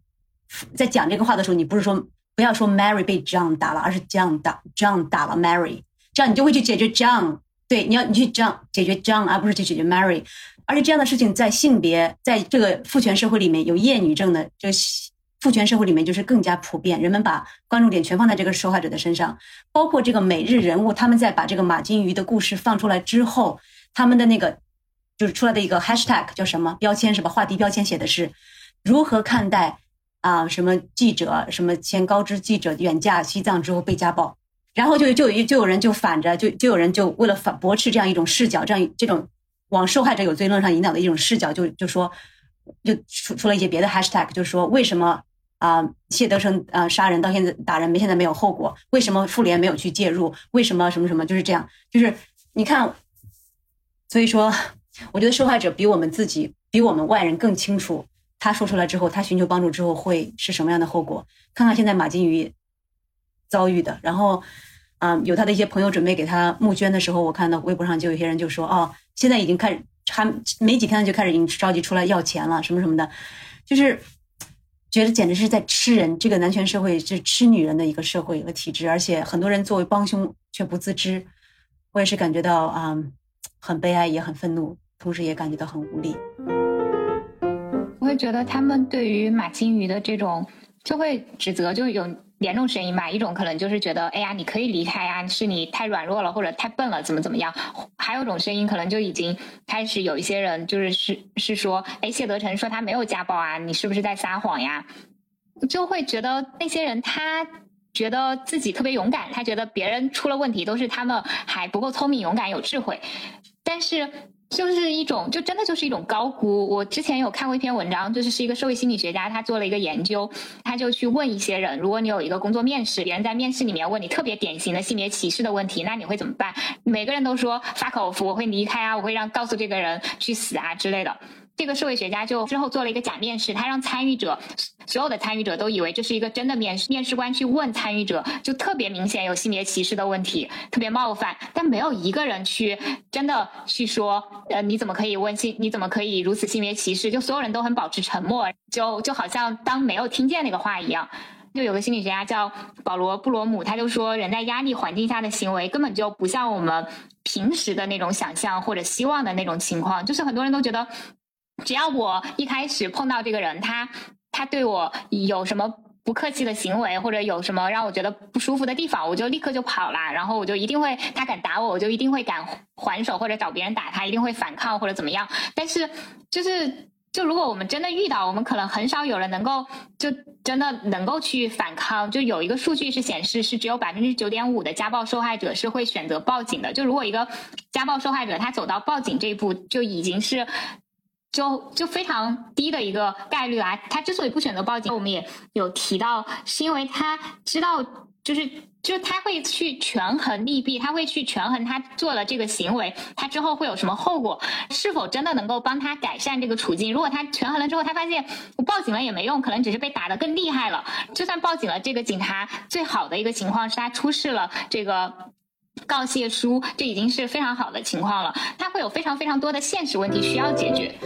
在讲这个话的时候，你不是说不要说 Mary 被 John 打了，而是 John 打了 Mary， 这样你就会去解决 John。对，你去解决 John， 而不是去解决 Mary。而且这样的事情在性别，在这个父权社会里面，有厌女症的这个父权社会里面就是更加普遍，人们把关注点全放在这个受害者的身上。包括这个每日人物，他们在把这个马金鱼的故事放出来之后，他们的那个就是出来的一个 hashtag 叫什么标签是吧？话题标签写的是如何看待什么记者，什么前高知记者远嫁西藏之后被家暴。然后就有人就反着，就有人就为了驳斥这样一种视角，这种往受害者有罪论上引导的一种视角，就说就出了一些别的 hashtag， 就是说为什么谢德生杀人到现在打人现在没有后果，为什么妇联没有去介入，为什么什么什么，就是这样，就是你看，所以说我觉得受害者比我们自己比我们外人更清楚，他说出来之后，他寻求帮助之后会是什么样的后果。看看现在马金鱼遭遇的，然后有他的一些朋友准备给他募捐的时候，我看到微博上就有些人就说现在已经开始还没几天就开始已经着急出来要钱了什么什么的，就是觉得简直是在吃人。这个男权社会是吃女人的一个社会和体制，而且很多人作为帮凶却不自知。我也是感觉到很悲哀也很愤怒，同时也感觉到很无力。 我会觉得他们对于马金鱼的这种就会指责，就有两种声音吧，一种可能就是觉得哎呀你可以离开啊，是你太软弱了或者太笨了怎么样，还有一种声音可能就已经开始有一些人是说哎谢德成说他没有家暴啊，你是不是在撒谎呀，就会觉得那些人他觉得自己特别勇敢，他觉得别人出了问题都是他们还不够聪明勇敢有智慧，但是就是一种就真的就是一种高估。我之前有看过一篇文章，就是一个社会心理学家他做了一个研究，他就去问一些人，如果你有一个工作面试，别人在面试里面问你特别典型的性别歧视的问题，那你会怎么办？每个人都说fuck off，我会离开啊，我会告诉这个人去死啊之类的。这个社会学家就之后做了一个假面试，他让所有的参与者都以为这是一个真的面试，面试官去问参与者，就特别明显有性别歧视的问题，特别冒犯，但没有一个人去真的去说你怎么可以你怎么可以如此性别歧视，就所有人都很保持沉默，就好像当没有听见那个话一样。就有个心理学家叫保罗·布罗姆，他就说人在压力环境下的行为根本就不像我们平时的那种想象或者希望的那种情况，就是很多人都觉得只要我一开始碰到这个人，他对我有什么不客气的行为，或者有什么让我觉得不舒服的地方，我就立刻就跑啦，然后我就一定会，他敢打我，我就一定会敢还手或者找别人打他，一定会反抗或者怎么样。但是就如果我们真的遇到，我们可能很少有人能够就真的能够去反抗。就有一个数据是显示，是只有 9.5% 的家暴受害者是会选择报警的。就如果一个家暴受害者他走到报警这一步，就已经是就非常低的一个概率啊。他之所以不选择报警，我们也有提到，是因为他知道就是他会去权衡利弊，他会去权衡他做了这个行为他之后会有什么后果，是否真的能够帮他改善这个处境。如果他权衡了之后，他发现我报警了也没用，可能只是被打得更厉害了，就算报警了，这个警察最好的一个情况是他出示了这个告诫书，这已经是非常好的情况了。他会有非常非常多的现实问题需要解决。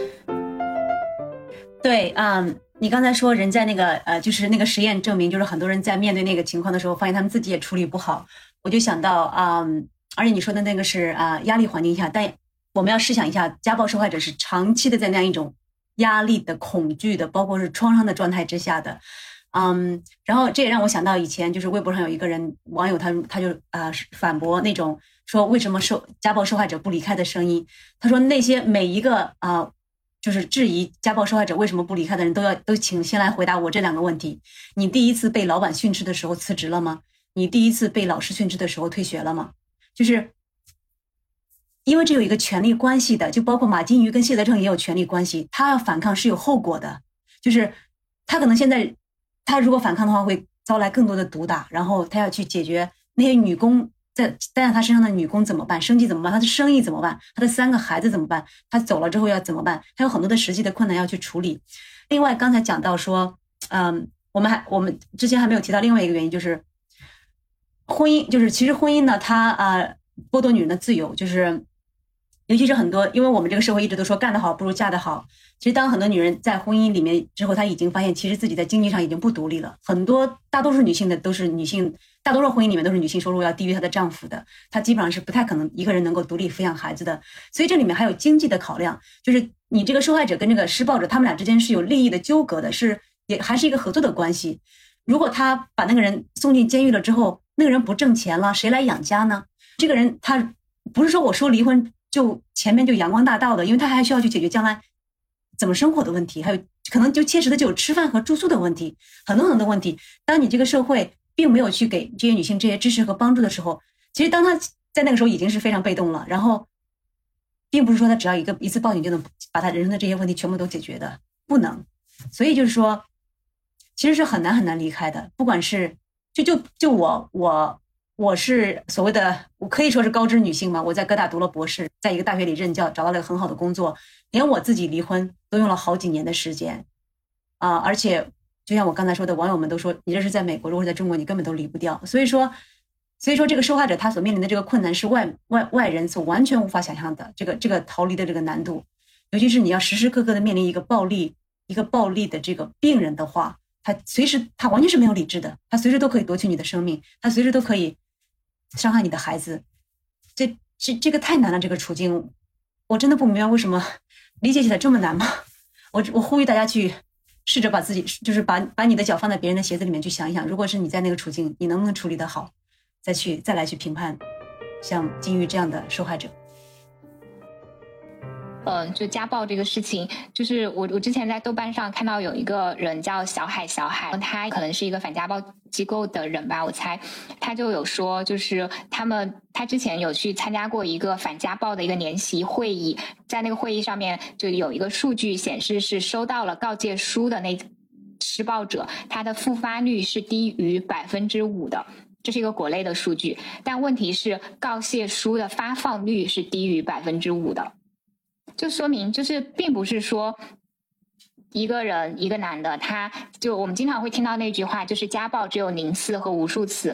对，你刚才说人在那个就是那个实验证明，就是很多人在面对那个情况的时候，发现他们自己也处理不好。我就想到而且你说的那个是压力环境下，但我们要试想一下，家暴受害者是长期的在那样一种压力的、恐惧的，包括是创伤的状态之下的。然后这也让我想到以前就是微博上有一个人网友他就反驳那种说为什么家暴受害者不离开的声音。他说那些每一个就是质疑家暴受害者为什么不离开的人都请先来回答我这两个问题：你第一次被老板训斥的时候辞职了吗？你第一次被老师训斥的时候退学了吗？就是因为这有一个权力关系的，就包括马金鱼跟谢德成也有权力关系，他要反抗是有后果的，就是他可能现在他如果反抗的话会遭来更多的毒打，然后他要去解决那些女工待在他身上的女工怎么办，生计怎么办，他的生意怎么办，他的3个孩子怎么办，他走了之后要怎么办，他有很多的实际的困难要去处理。另外刚才讲到说我们之前还没有提到另外一个原因，就是婚姻，就是其实婚姻呢它剥夺女人的自由，就是尤其是很多，因为我们这个社会一直都说干得好不如嫁得好。其实当很多女人在婚姻里面之后，她已经发现其实自己在经济上已经不独立了。大多数女性都是女性，大多数婚姻里面都是女性收入要低于她的丈夫的，她基本上是不太可能一个人能够独立抚养孩子的。所以这里面还有经济的考量，就是你这个受害者跟这个施暴者他们俩之间是有利益的纠葛的，也还是一个合作的关系。如果他把那个人送进监狱了之后，那个人不挣钱了，谁来养家呢？这个人他不是说我说离婚就前面就阳光大道的，因为他还需要去解决将来怎么生活的问题，还有可能就切实的就有吃饭和住宿的问题，很多很多问题。当你这个社会并没有去给这些女性这些支持和帮助的时候，其实当他在那个时候已经是非常被动了，然后并不是说他只要一次报警就能把他人生的这些问题全部都解决的，不能。所以就是说其实是很难很难离开的。不管是我是所谓的，我可以说是高知女性嘛，我在哥大读了博士，在一个大学里任教，找到了一个很好的工作，连我自己离婚都用了好几年的时间而且就像我刚才说的，网友们都说你这是在美国，如果在中国你根本都离不掉。所以说这个受害者他所面临的这个困难是外人所完全无法想象的，这个逃离的这个难度，尤其是你要时时刻刻的面临一个暴力的这个病人的话，他完全是没有理智的，他随时都可以夺去你的生命，他随时都可以伤害你的孩子。这个太难了，这个处境我真的不明白为什么理解起来这么难吗？我呼吁大家去试着把自己，就是把你的脚放在别人的鞋子里面去想一想，如果是你在那个处境，你能不能处理得好，再来去评判像金玉这样的受害者。 就家暴这个事情，就是我之前在豆瓣上看到有一个人叫小海，他可能是一个反家暴机构的人吧，我猜。他就有说，就是他之前有去参加过一个反家暴的一个联席会议，在那个会议上面就有一个数据显示，是收到了告诫书的那施暴者，他的复发率是低于5%的。这是一个国内的数据，但问题是告诫书的发放率是低于5%的。就说明就是并不是说一个人一个男的，我们经常会听到那句话，就是家暴只有0次和无数次。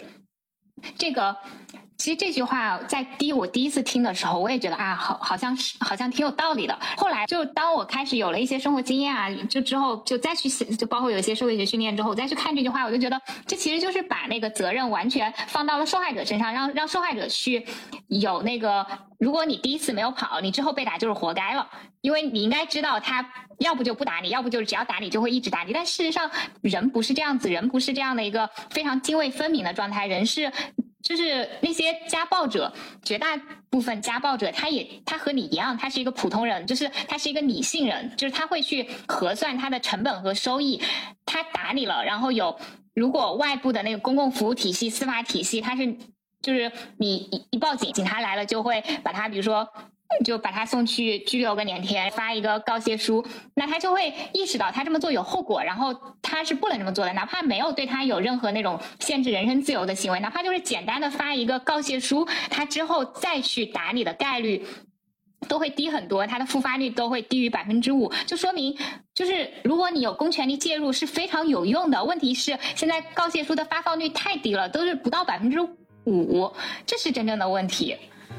其实这句话我第一次听的时候，我也觉得好像挺有道理的。后来就当我开始有了一些生活经验就之后就再去就包括有一些社会学训练之后，我再去看这句话，我就觉得这其实就是把那个责任完全放到了受害者身上，让受害者去有那个，如果你第一次没有跑，你之后被打就是活该了，因为你应该知道他要不就不打你，要不就只要打你就会一直打你。但事实上人不是这样子，人不是这样的一个非常泾渭分明的状态，人是就是那些家暴者，绝大部分家暴者他和你一样，他是一个普通人，就是他是一个理性人，就是他会去核算他的成本和收益。他打你了，然后如果外部的那个公共服务体系、司法体系，就是你一报警，警察来了就会把他比如说就把他送去拘留个2天，发一个告诫书，那他就会意识到他这么做有后果，然后他是不能这么做的，哪怕没有对他有任何那种限制人身自由的行为，哪怕就是简单的发一个告诫书，他之后再去打你的概率都会低很多，他的复发率都会低于5%，就说明就是如果你有公权力介入是非常有用的。问题是现在告诫书的发放率太低了，都是不到5%，这是真正的问题。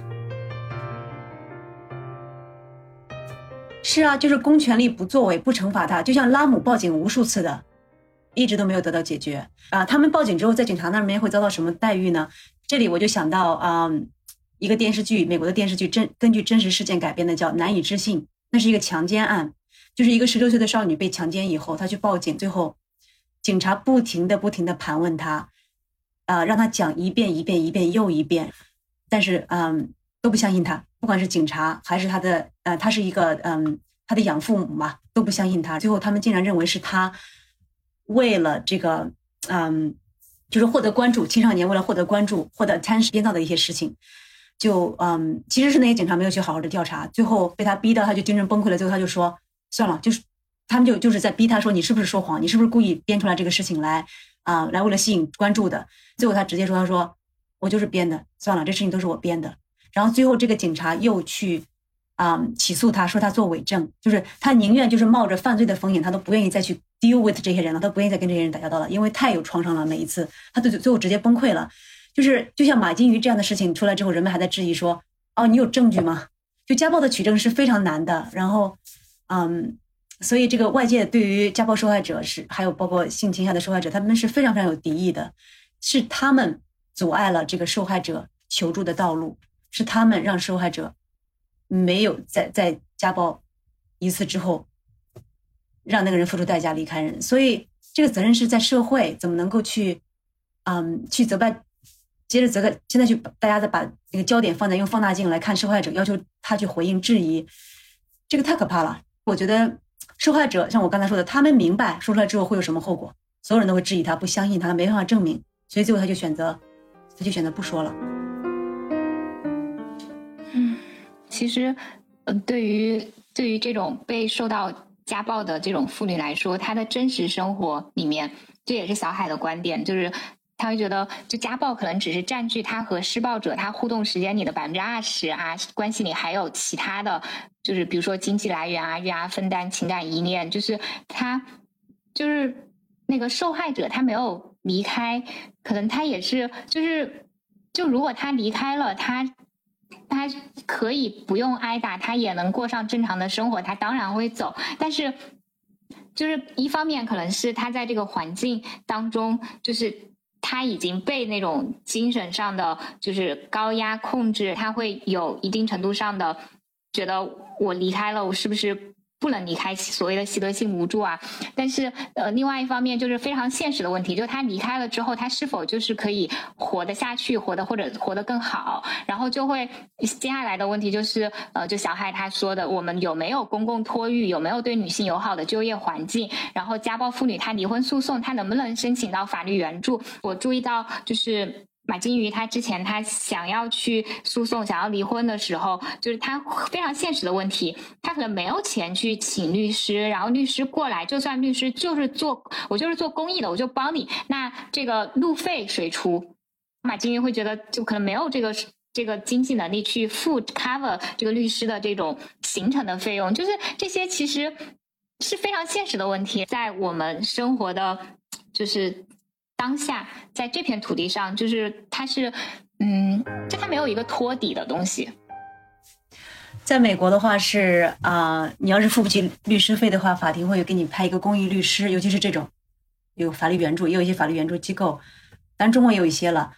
是啊，就是公权力不作为，不惩罚他，就像拉姆报警无数次的，一直都没有得到解决他们报警之后在警察那边会遭到什么待遇呢？这里我就想到一个电视剧，美国的电视剧根据真实事件改编的叫《难以置信》，那是一个强奸案，就是一个16岁的少女被强奸以后，她去报警，最后警察不停的盘问她让她讲一遍又一遍，但是都不相信她，不管是警察还是她的她是一个她的养父母嘛，都不相信她。最后他们竟然认为是她为了这个就是获得关注，青少年为了获得关注，获得attention编造的一些事情，就其实是那些警察没有去好好的调查，最后被他逼到他就精神崩溃了。最后他就说算了，就是他们就是在逼他说你是不是说谎，你是不是故意编出来这个事情来为了吸引关注的。最后他直接说，他说我就是编的，算了，这事情都是我编的。然后最后这个警察又去起诉他，说他做伪证，就是他宁愿就是冒着犯罪的风险，他都不愿意再去 deal with 这些人了，他不愿意再跟这些人打交道了，因为太有创伤了。每一次他最后直接崩溃了。就像马金鱼这样的事情出来之后，人们还在质疑说你有证据吗？ 就家暴的取证是非常难的。然后，所以这个外界对于家暴受害者还有包括性侵害的受害者，他们是非常非常有敌意的，是他们阻碍了这个受害者求助的道路，是他们让受害者没有在家暴一次之后让那个人付出代价离开人。所以这个责任是在社会，怎么能够去责怪，接着责怪，现在大家再把这个焦点放在用放大镜来看受害者，要求他去回应质疑，这个太可怕了。我觉得受害者像我刚才说的，他们明白说出来之后会有什么后果，所有人都会质疑他，不相信他，他没办法证明，所以最后他就选择不说了。 其实对于这种被受到家暴的这种妇女来说，她的真实生活里面，这也是小海的观点，就是她会觉得就家暴可能只是占据她和施暴者她互动时间里的20%啊，关系里还有其他的，就是比如说经济来源啊、育儿分担、情感依恋，就是她就是那个受害者，她没有离开，可能她也是就如果她离开了，她可以不用挨打，他也能过上正常的生活，他当然会走。但是就是一方面可能是他在这个环境当中，就是他已经被那种精神上的就是高压控制，他会有一定程度上的觉得我离开了，我是不是不能离开，所谓的习得性无助啊。但是另外一方面就是非常现实的问题，就是他离开了之后，他是否就是可以活得下去，或者活得更好，然后就会接下来的问题就是就小海他说的，我们有没有公共托育，有没有对女性友好的就业环境，然后家暴妇女她离婚诉讼她能不能申请到法律援助。我注意到就是马金鱼他之前他想要去诉讼想要离婚的时候，就是他非常现实的问题，他可能没有钱去请律师，然后律师过来，就算律师我就是做公益的，我就帮你，那这个路费谁出？马金鱼会觉得就可能没有这个经济能力去cover 这个律师的这种行程的费用，就是这些其实是非常现实的问题，在我们生活的就是当下，在这片土地上，就是它是就它没有一个托底的东西。 在美国的话是你要是付不起律师费的话，法庭会给你派一个公益律师，尤其是这种有法律援助，也有一些法律援助机构，当然中国也有一些了。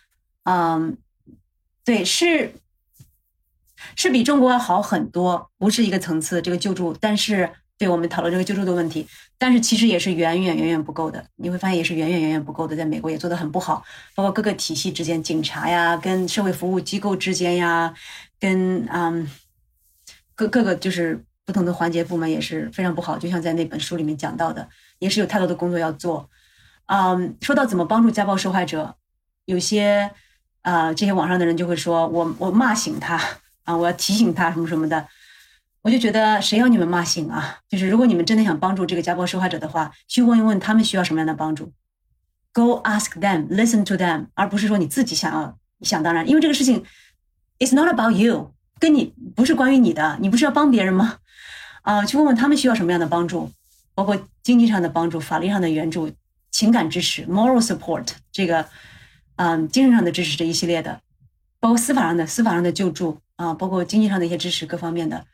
对，是比中国要好很多，不是一个层次这个救助，但是对我们讨论这个救助的问题，但是其实也是远远不够的。你会发现也是远远不够的，在美国也做得很不好，包括各个体系之间，警察呀，跟社会服务机构之间呀，跟各个就是不同的环节部门也是非常不好。就像在那本书里面讲到的，也是有太多的工作要做。说到怎么帮助家暴受害者，有些这些网上的人就会说我骂醒他我要提醒他什么什么的。我就觉得谁要你们骂醒啊？就是如果你们真的想帮助这个家暴受害者的话，去问一问他们需要什么样的帮助。Go ask them, listen to them， 而不是说你自己想当然。因为这个事情 it's not about you， 跟你不是关于你的，你不是要帮别人吗？去问问他们需要什么样的帮助，包括经济上的帮助、法律上的援助、情感支持 moral support， 这个精神上的支持，这一系列的，包括司法上的救助包括经济上的一些支持，各方面的。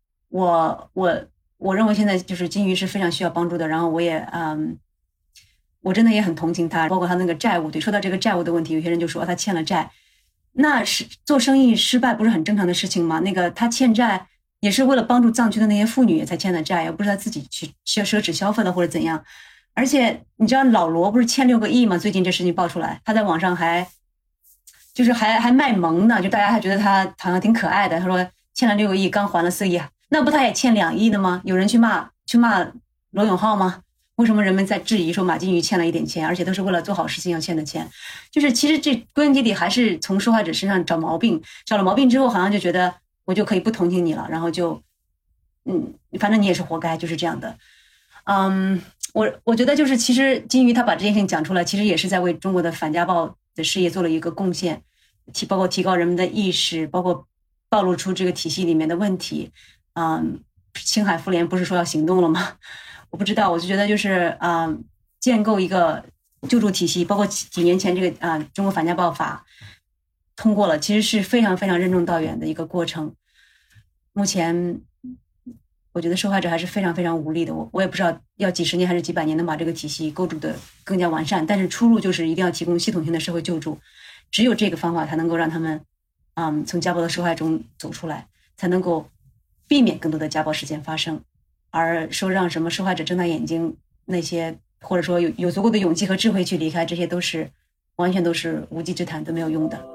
我认为现在就是金鱼是非常需要帮助的，然后我也我真的也很同情他，包括他那个债务。对，说到这个债务的问题，有些人就说他欠了债，那是做生意失败不是很正常的事情吗？那个他欠债也是为了帮助藏区的那些妇女才欠的债，也不是他自己去奢侈消费了或者怎样。而且你知道老罗不是欠6个亿吗？最近这事情爆出来，他在网上还卖萌呢，就大家还觉得他好像挺可爱的。他说欠了6个亿，刚还了4亿。那不他也欠2亿的吗？有人去骂罗永浩吗？为什么人们在质疑说马金鱼欠了一点钱，而且都是为了做好事情要欠的钱？就是其实这归根结底还是从受害者身上找毛病，找了毛病之后好像就觉得我就可以不同情你了，然后就反正你也是活该，就是这样的。我觉得就是其实金鱼他把这件事情讲出来，其实也是在为中国的反家暴的事业做了一个贡献，包括提高人们的意识，包括暴露出这个体系里面的问题。青海妇联不是说要行动了吗？我不知道，我就觉得就是建构一个救助体系，包括几年前这个中国反家暴法通过了，其实是非常非常任重道远的一个过程。 目前我觉得受害者还是非常非常无力的。我也不知道要几十年还是几百年能把这个体系构筑的更加完善，但是出路就是一定要提供系统性的社会救助，只有这个方法才能够让他们从家暴的受害中走出来，才能够避免更多的家暴事件发生。而说让什么受害者睁大眼睛那些，或者说有足够的勇气和智慧去离开，这些都是完全都是无稽之谈，都没有用的。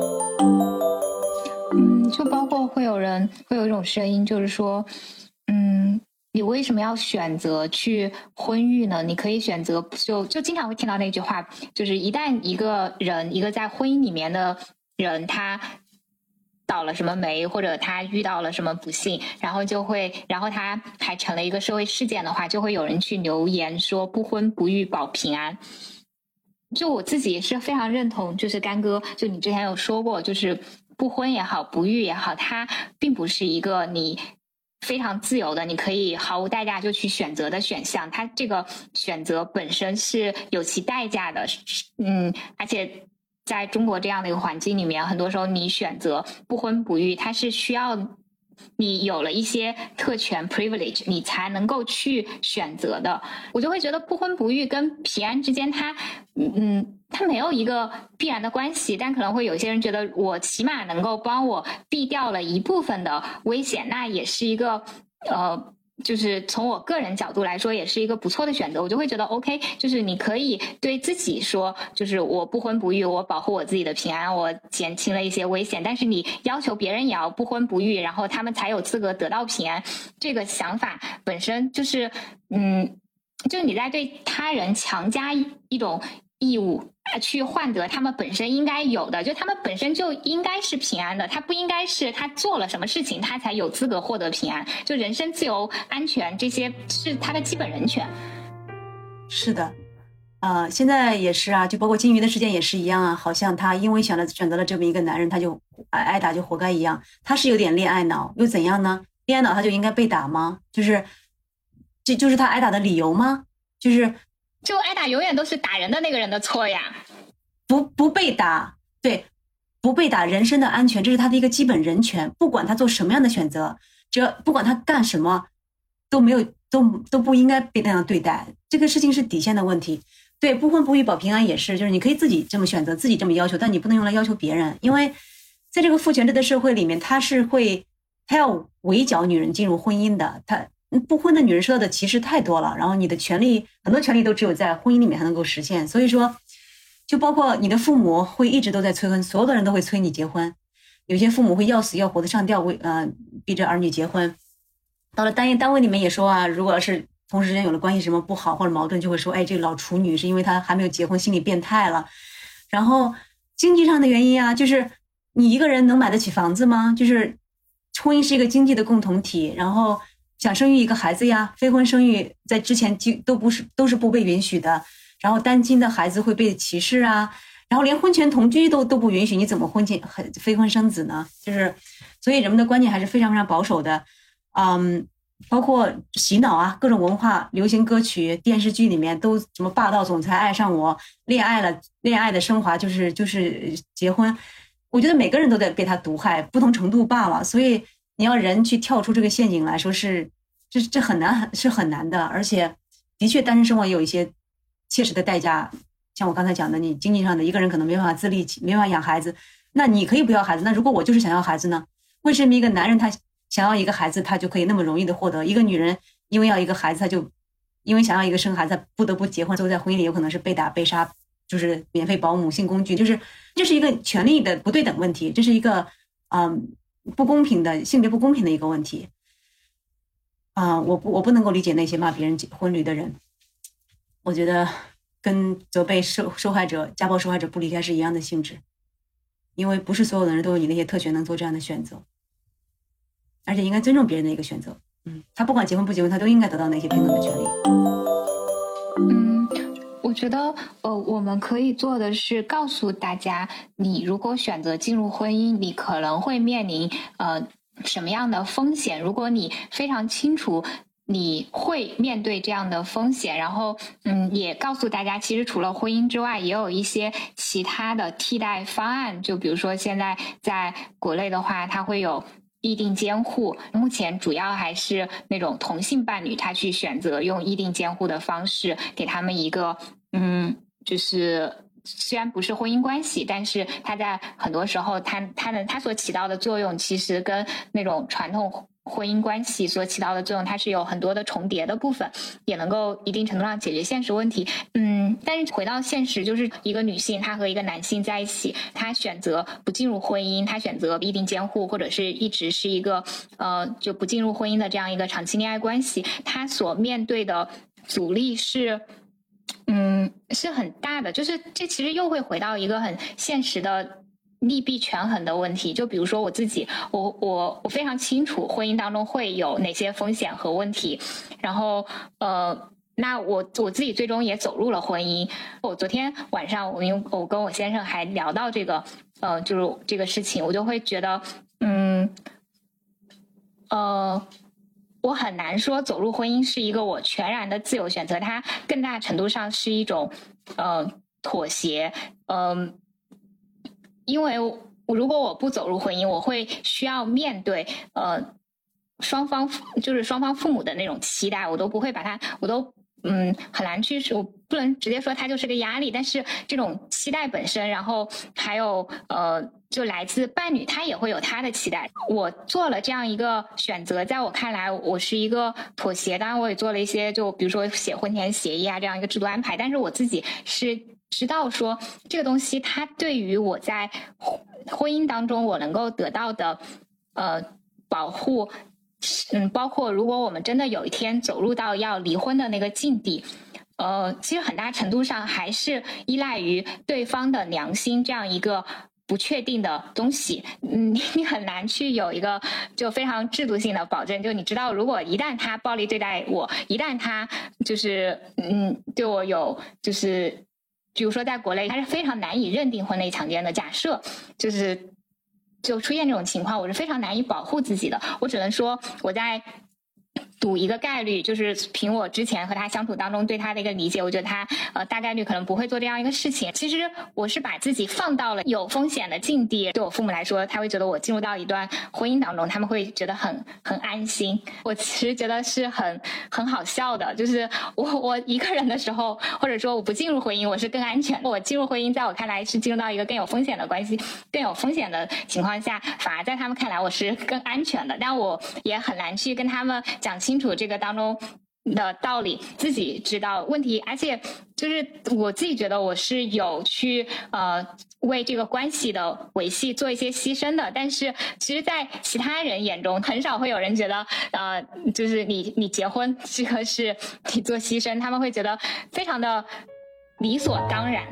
就包括会有一种声音，就是说你为什么要选择去婚育呢？你可以选择就经常会听到那句话，就是一旦一个在婚姻里面的人他倒了什么霉，或者他遇到了什么不幸，然后他还成了一个社会事件的话，就会有人去留言说不婚不育保平安。就我自己也是非常认同，就是干哥，就你之前有说过，就是不婚也好，不育也好，它并不是一个你非常自由的，你可以毫无代价就去选择的选项。它这个选择本身是有其代价的，而且在中国这样的一个环境里面，很多时候你选择不婚不育，它是需要你有了一些特权 privilege 你才能够去选择的。我就会觉得不婚不育跟平安之间它没有一个必然的关系，但可能会有些人觉得我起码能够帮我避掉了一部分的危险，那也是一个就是从我个人角度来说也是一个不错的选择。我就会觉得 OK， 就是你可以对自己说，就是我不婚不育，我保护我自己的平安，我减轻了一些危险，但是你要求别人也要不婚不育，然后他们才有资格得到平安，这个想法本身就是就是你在对他人强加一种义务去换得他们本身应该有的，就他们本身就应该是平安的，他不应该是他做了什么事情他才有资格获得平安，就人身自由安全这些是他的基本人权。 是的，现在也是啊，就包括金鱼的事件也是一样啊，好像他因为选择了这么一个男人，他就挨打就活该一样。他是有点恋爱脑又怎样呢？恋爱脑他就应该被打吗？这就是他挨打的理由吗？ 就挨打永远都是打人的那个人的错呀。 不被打，对，不被打，人身的安全，这是他的一个基本人权。不管他做什么样的选择，不管他干什么，都不应该被那样对待。这个事情是底线的问题。对，不婚不育保平安也是，就是你可以自己这么选择，自己这么要求，但你不能用来要求别人，因为在这个父权制的社会里面，他要围剿女人进入婚姻的，不婚的女人受到的歧视太多了，然后你的很多权利都只有在婚姻里面才能够实现。所以说就包括你的父母会一直都在催婚，所有的人都会催你结婚，有些父母会要死要活的上吊，逼着儿女结婚。到了单位里面也说啊，如果要是同事之间有了关系什么不好或者矛盾，就会说这个老处女是因为她还没有结婚心理变态了。然后经济上的原因啊，就是你一个人能买得起房子吗？就是婚姻是一个经济的共同体，然后想生育一个孩子呀，非婚生育在之前都是不被允许的，然后单亲的孩子会被歧视啊，然后连婚前同居都不允许，你怎么非婚生子呢？所以人们的观念还是非常非常保守的，包括洗脑啊，各种文化、流行歌曲、电视剧里面都什么霸道总裁爱上我，恋爱的升华就是结婚。我觉得每个人都在被他毒害，不同程度罢了。所以你要人去跳出这个陷阱来说这很难，是很难的。而且的确单身生活也有一些切实的代价，像我刚才讲的，你经济上的一个人可能没办法自立起，没办法养孩子，那你可以不要孩子。那如果我就是想要孩子呢？为什么一个男人他想要一个孩子，他就可以那么容易的获得？一个女人因为要一个孩子，她就因为想要一个生孩子，她不得不结婚，最后在婚姻里有可能是被打被杀，就是免费保姆、性工具，这是一个权利的不对等问题，这是一个不公平的性别不公平的一个问题。我不能够理解那些骂别人婚旅的人，我觉得跟责备家暴受害者不离开是一样的性质，因为不是所有的人都有你那些特权能做这样的选择，而且应该尊重别人的一个选择。他不管结婚不结婚，他都应该得到那些平等的权利。 我觉得我们可以做的是告诉大家，你如果选择进入婚姻，你可能会面临什么样的风险。如果你非常清楚你会面对这样的风险，然后也告诉大家，其实除了婚姻之外，也有一些其他的替代方案。就比如说现在在国内的话，它会有议定监护，目前主要还是那种同性伴侣，他去选择用议定监护的方式给他们一个就是虽然不是婚姻关系，但是它在很多时候它所起到的作用其实跟那种传统婚姻关系所起到的作用它是有很多的重叠的部分，也能够一定程度上解决现实问题。但是回到现实，就是一个女性她和一个男性在一起，她选择不进入婚姻，她选择议定监护，或者是一直是一个就不进入婚姻的这样一个长期恋爱关系，她所面对的阻力是很大的。就是这其实又会回到一个很现实的利弊权衡的问题。就比如说我自己，我非常清楚婚姻当中会有哪些风险和问题，然后那我自己最终也走入了婚姻。我昨天晚上我跟我先生还聊到这个就是这个事情，我就会觉得我很难说走入婚姻是一个我全然的自由选择，它更大程度上是一种妥协。因为如果我不走入婚姻，我会需要面对双方父母的那种期待，我都不会把它，我都很难去，我不能直接说它就是个压力，但是这种期待本身，然后还有就来自伴侣，他也会有他的期待。我做了这样一个选择，在我看来我是一个妥协，当然我也做了一些就比如说写婚前协议啊这样一个制度安排，但是我自己是知道说这个东西它对于我在婚姻当中我能够得到的保护，包括如果我们真的有一天走入到要离婚的那个境地，其实很大程度上还是依赖于对方的良心这样一个不确定的东西。你很难去有一个就非常制度性的保证，就你知道如果一旦他暴力对待我，一旦他就是对我有就是比如说在国内他是非常难以认定婚内强奸的，假设就出现这种情况，我是非常难以保护自己的。我只能说我在赌一个概率，就是凭我之前和他相处当中对他的一个理解，我觉得他大概率可能不会做这样一个事情。其实我是把自己放到了有风险的境地，对我父母来说他会觉得我进入到一段婚姻当中，他们会觉得很安心。我其实觉得是很好笑的，就是我一个人的时候，或者说我不进入婚姻我是更安全，我进入婚姻在我看来是进入到一个更有风险的关系，更有风险的情况下，反而在他们看来我是更安全的。但我也很难去跟他们讲清楚这个当中的道理，自己知道问题，而且就是我自己觉得我是有去为这个关系的维系做一些牺牲的。但是其实在其他人眼中很少会有人觉得就是你结婚这个是你做牺牲，他们会觉得非常的理所当然。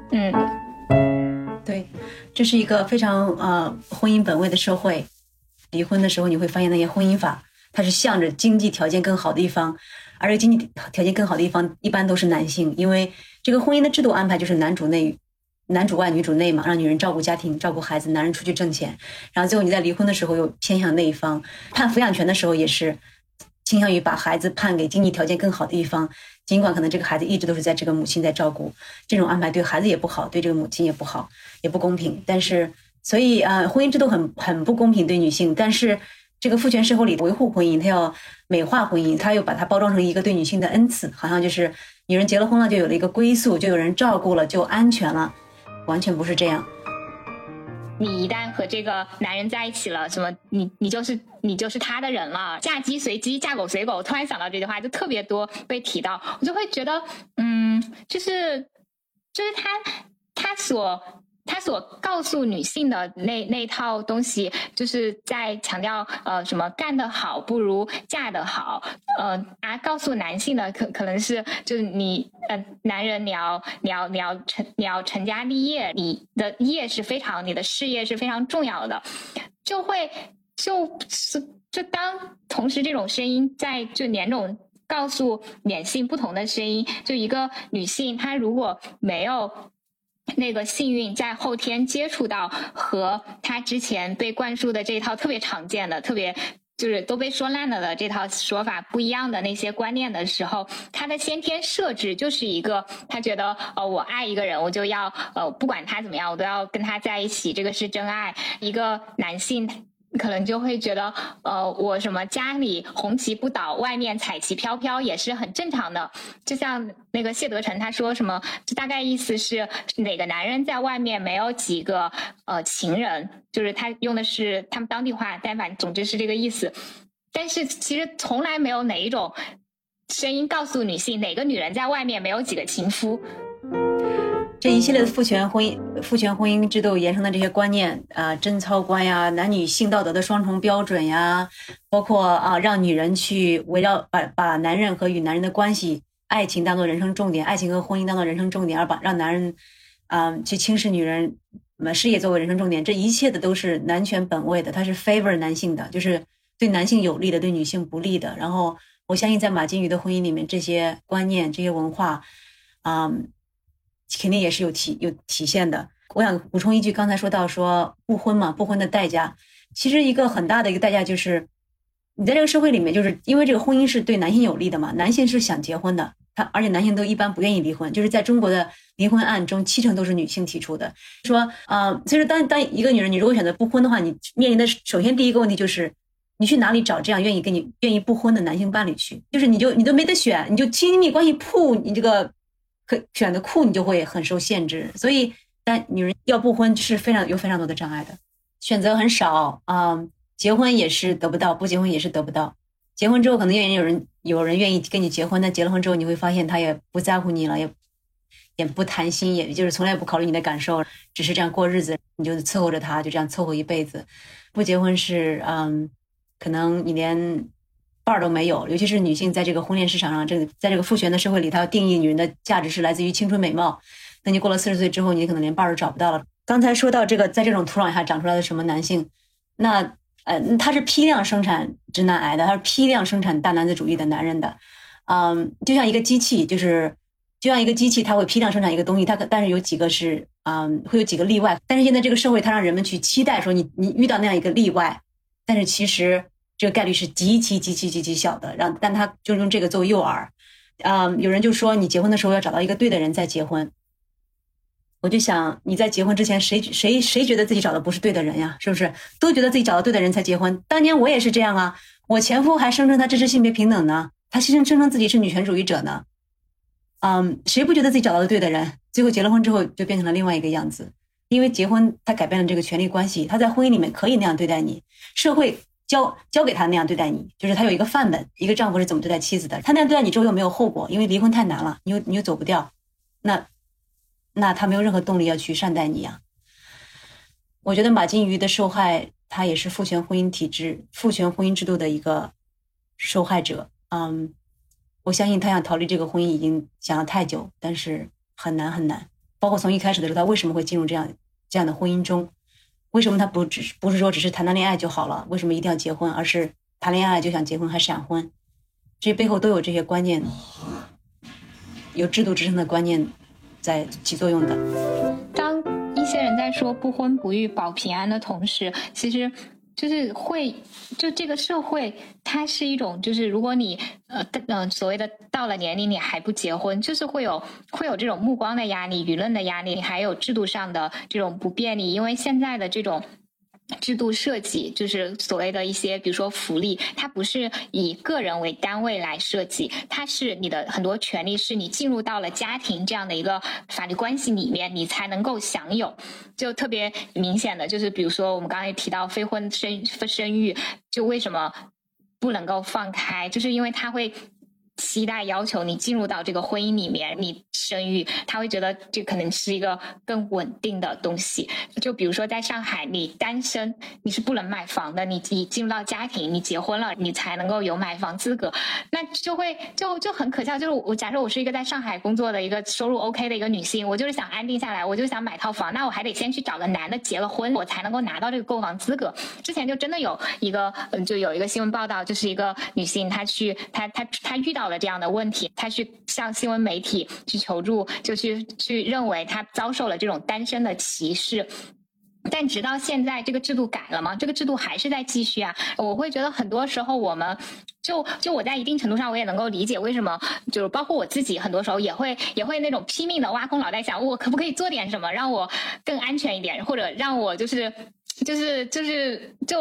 对，这是一个非常婚姻本位的社会。离婚的时候你会发现那些婚姻法它是向着经济条件更好的一方，而这经济条件更好的一方一般都是男性，因为这个婚姻的制度安排就是男主外女主内嘛，让女人照顾家庭照顾孩子，男人出去挣钱，然后最后你在离婚的时候又偏向那一方，判抚养权的时候也是倾向于把孩子判给经济条件更好的一方，尽管可能这个孩子一直都是在这个母亲在照顾，这种安排对孩子也不好，对这个母亲也不好，也不公平。但是所以婚姻制度很不公平对女性，但是这个父权社会里维护婚姻，它要美化婚姻，它又把它包装成一个对女性的恩赐，好像就是女人结了婚了就有了一个归宿，就有人照顾了，就安全了，完全不是这样。 你一旦和这个男人在一起了，什么你就是他的人了，嫁鸡随鸡，嫁狗随狗。突然想到这句话就特别多被提到，我就会觉得就是他所告诉女性的那套东西，就是在强调什么干得好不如嫁得好，告诉男性的可能是就是你男人你要成家立业，你的业是非常，你的事业是非常重要的，就当同时这种声音在就两种告诉两性不同的声音，就一个女性她如果没有那个幸运在后天接触到和他之前被灌输的这一套特别常见的特别就是都被说烂了的这套说法不一样的那些观念的时候，他的先天设置就是一个他觉得我爱一个人我就要不管他怎么样我都要跟他在一起，这个是真爱。一个男性可能就会觉得我什么家里红旗不倒，外面彩旗飘飘也是很正常的。就像那个谢德成他说什么，就大概意思是哪个男人在外面没有几个情人，就是他用的是他们当地话，但反正总之是这个意思。但是其实从来没有哪一种声音告诉女性哪个女人在外面没有几个情夫。 这一系列的父权婚姻制度延伸的这些观念贞操观呀，男女性道德的双重标准呀，包括让女人去围绕把男人和与男人的关系、爱情当做人生重点，爱情和婚姻当做人生重点，而让男人去轻视女人，事业作为人生重点，这一切的都是男权本位的，它是 favor 男性的，就是对男性有利的，对女性不利的。然后我相信在马金鱼的婚姻里面，这些观念、这些文化肯定也是有体现的。我想补充一句，刚才说到说不婚的代价，其实一个很大的一个代价就是你在这个社会里面，就是因为这个婚姻是对男性有利的嘛，男性是想结婚的，而且男性都一般不愿意离婚，就是在中国的离婚案中70%都是女性提出的。说所以说当一个女人你如果选择不婚的话，你面临的首先第一个问题就是你去哪里找这样愿意不婚的男性伴侣去，就是你都没得选，你就亲密关系铺，你这个可选的库你就会很受限制。所以但女人要不婚是有非常多的障碍的，选择很少结婚也是得不到，不结婚也是得不到。结婚之后可能有人愿意跟你结婚，但结了婚之后你会发现他也不在乎你了，也不谈心，也就是从来不考虑你的感受，只是这样过日子，你就伺候着他，就这样凑合一辈子。不结婚是可能你连伴都没有，尤其是女性在这个婚恋市场上，在这个父权的社会里，它要定义女人的价值是来自于青春美貌。那你过了40岁之后，你可能连伴都找不到了。刚才说到这个，在这种土壤下长出来的什么男性，那他是批量生产直男癌的，他是批量生产大男子主义的男人的。就像一个机器，它会批量生产一个东西，但是有几个是会有几个例外。但是现在这个社会，它让人们去期待说你遇到那样一个例外，但是其实这个概率是极其小的，但他就用这个作为诱饵。有人就说你结婚的时候要找到一个对的人再结婚。我就想你在结婚之前谁觉得自己找的不是对的人呀？是不是都觉得自己找到对的人才结婚？当年我也是这样啊，我前夫还声称他支持性别平等呢，他声称自己是女权主义者呢。谁不觉得自己找到了对的人？最后结了婚之后就变成了另外一个样子。因为结婚他改变了这个权利关系，他在婚姻里面可以那样对待你，社会交给他那样对待你，就是他有一个范本，一个丈夫是怎么对待妻子的，他那样对待你之后又没有后果，因为离婚太难了，你又走不掉，那他没有任何动力要去善待你啊。我觉得马金鱼的受害，他也是父权婚姻制度的一个受害者。我相信他想逃离这个婚姻已经想了太久，但是很难。包括从一开始的时候，他为什么会进入这样的婚姻中？为什么他不是说只是谈谈恋爱就好了？为什么一定要结婚？而是谈恋爱就想结婚还闪婚？这背后都有这些观念，有制度支撑的观念在起作用的。 当一些人在说不婚不育保平安的同时，其实就是就这个社会它是一种，就是如果你所谓的到了年龄你还不结婚，就是会有这种目光的压力、舆论的压力，还有制度上的这种不便利。因为现在的这种制度设计，就是所谓的一些比如说福利，它不是以个人为单位来设计，它是你的很多权利是你进入到了家庭这样的一个法律关系里面你才能够享有。就特别明显的就是比如说我们刚才提到非婚生育，就为什么不能够放开，就是因为它会期待要求你进入到这个婚姻里面，你生育，他会觉得这可能是一个更稳定的东西。就比如说在上海，你单身你是不能买房的，你进入到家庭，你结婚了，你才能够有买房资格。那就很可笑，就是假设我是一个在上海工作的一个收入 OK 的一个女性，我就是想安定下来，我就想买套房，那我还得先去找个男的结了婚，我才能够拿到这个购房资格。之前就真的有一个新闻报道，就是一个女性她遇到了这样的问题，她去向新闻媒体去求助，就去认为她遭受了这种单身的歧视。但直到现在这个制度改了吗？这个制度还是在继续啊。我会觉得很多时候我们就我在一定程度上我也能够理解为什么，就是包括我自己很多时候也会那种拼命的挖空脑袋想我可不可以做点什么让我更安全一点，或者让我就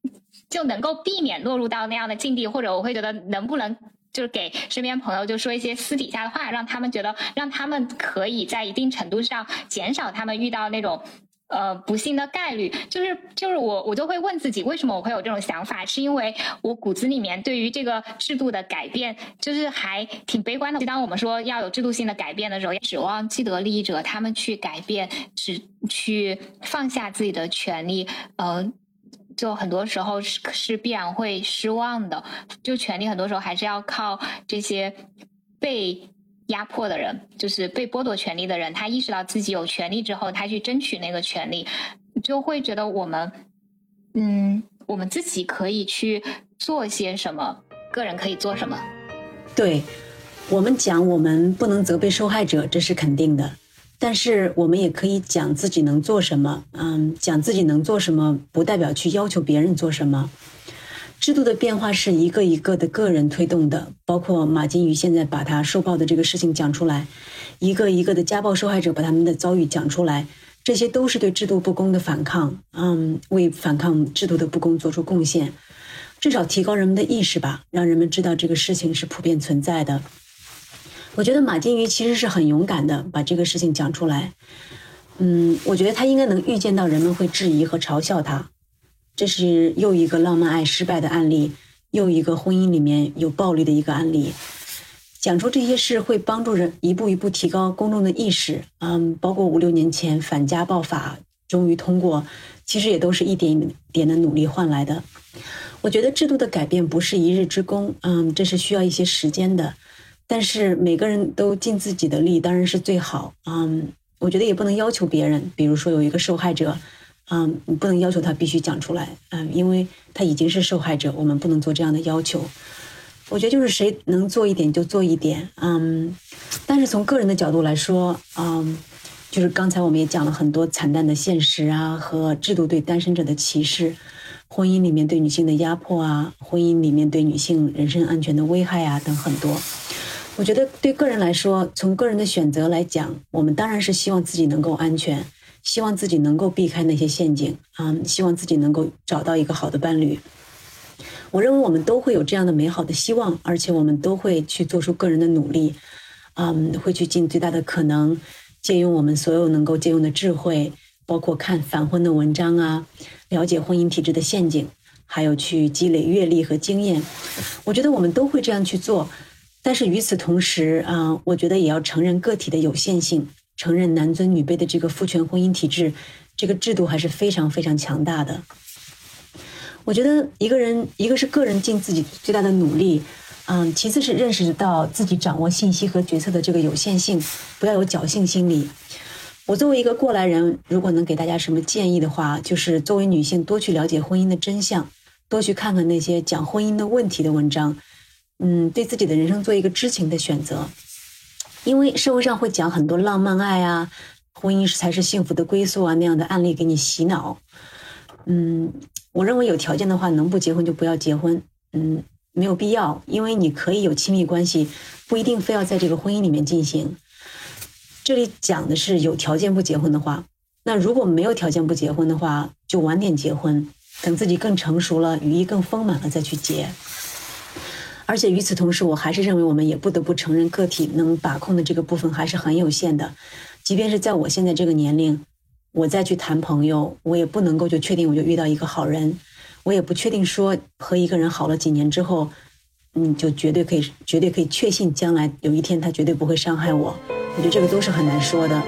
就能够避免落入到那样的境地，或者我会觉得能不能就是给身边朋友就说一些私底下的话，让他们觉得让他们可以在一定程度上减少他们遇到那种不幸的概率。就是我就会问自己，为什么我会有这种想法，是因为我骨子里面对于这个制度的改变就是还挺悲观的。当我们说要有制度性的改变的时候，指望既得利益者他们去改变，去放下自己的权利，就很多时候是必然会失望的。就权利很多时候还是要靠这些被压迫的人，就是被剥夺权利的人，他意识到自己有权利之后，他去争取那个权利，就会觉得我们自己可以去做些什么，个人可以做什么。 对，我们讲我们不能责备受害者，这是肯定的。但是我们也可以讲自己能做什么，讲自己能做什么，不代表去要求别人做什么。制度的变化是一个一个的个人推动的，包括马金鱼现在把他受暴的这个事情讲出来，一个一个的家暴受害者把他们的遭遇讲出来，这些都是对制度不公的反抗，为反抗制度的不公做出贡献，至少提高人们的意识吧，让人们知道这个事情是普遍存在的。我觉得马金鱼其实是很勇敢的把这个事情讲出来，我觉得他应该能预见到人们会质疑和嘲笑他，这是又一个浪漫爱失败的案例，又一个婚姻里面有暴力的一个案例。讲出这些事会帮助人一步一步提高公众的意识，包括5-6年前反家暴法终于通过，其实也都是一点一点的努力换来的。我觉得制度的改变不是一日之功，这是需要一些时间的。但是每个人都尽自己的力当然是最好，我觉得也不能要求别人，比如说有一个受害者，你不能要求他必须讲出来，因为他已经是受害者，我们不能做这样的要求。我觉得就是谁能做一点就做一点，但是从个人的角度来说，就是刚才我们也讲了很多惨淡的现实啊，和制度对单身者的歧视，婚姻里面对女性的压迫啊，婚姻里面对女性人身安全的危害啊等很多。我觉得对个人来说，从个人的选择来讲，我们当然是希望自己能够安全，希望自己能够避开那些陷阱，希望自己能够找到一个好的伴侣。我认为我们都会有这样的美好的希望，而且我们都会去做出个人的努力，会去尽最大的可能，借用我们所有能够借用的智慧，包括看反婚的文章啊，了解婚姻体制的陷阱，还有去积累阅历和经验。我觉得我们都会这样去做。但是与此同时，我觉得也要承认个体的有限性，承认男尊女卑的这个父权婚姻体制，这个制度还是非常非常强大的。我觉得一个是个人尽自己最大的努力，其次是认识到自己掌握信息和决策的这个有限性，不要有侥幸心理。我作为一个过来人，如果能给大家什么建议的话，就是作为女性多去了解婚姻的真相，多去看看那些讲婚姻的问题的文章，对自己的人生做一个知情的选择。因为社会上会讲很多浪漫爱啊，婚姻才是幸福的归宿啊那样的案例给你洗脑。我认为有条件的话，能不结婚就不要结婚，没有必要，因为你可以有亲密关系，不一定非要在这个婚姻里面进行。这里讲的是有条件不结婚的话，那如果没有条件不结婚的话，就晚点结婚，等自己更成熟了，羽翼更丰满了再去结。而且与此同时，我还是认为我们也不得不承认个体能把控的这个部分还是很有限的。即便是在我现在这个年龄，我再去谈朋友，我也不能够就确定我就遇到一个好人，我也不确定说和一个人好了几年之后，就绝对可以确信将来有一天他绝对不会伤害我。我觉得这个都是很难说的。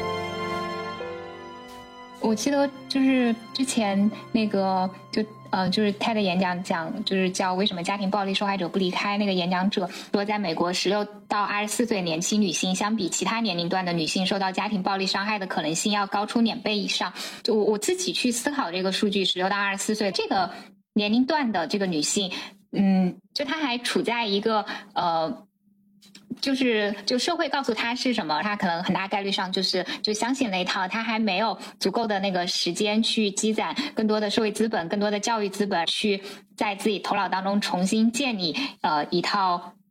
我记得就是之前那个就是 TED 演讲就是叫为什么家庭暴力受害者不离开，那个演讲者说在美国16到24岁年轻女性相比其他年龄段的女性受到家庭暴力伤害的可能性要高出2倍以上。就我自己去思考这个数据，16到24岁这个年龄段的这个女性，就她还处在一个就社会告诉他是什么，他可能很大概率上就相信那一套，他还没有足够的那个时间去积攒更多的社会资本，更多的教育资本，去在自己头脑当中重新建立一套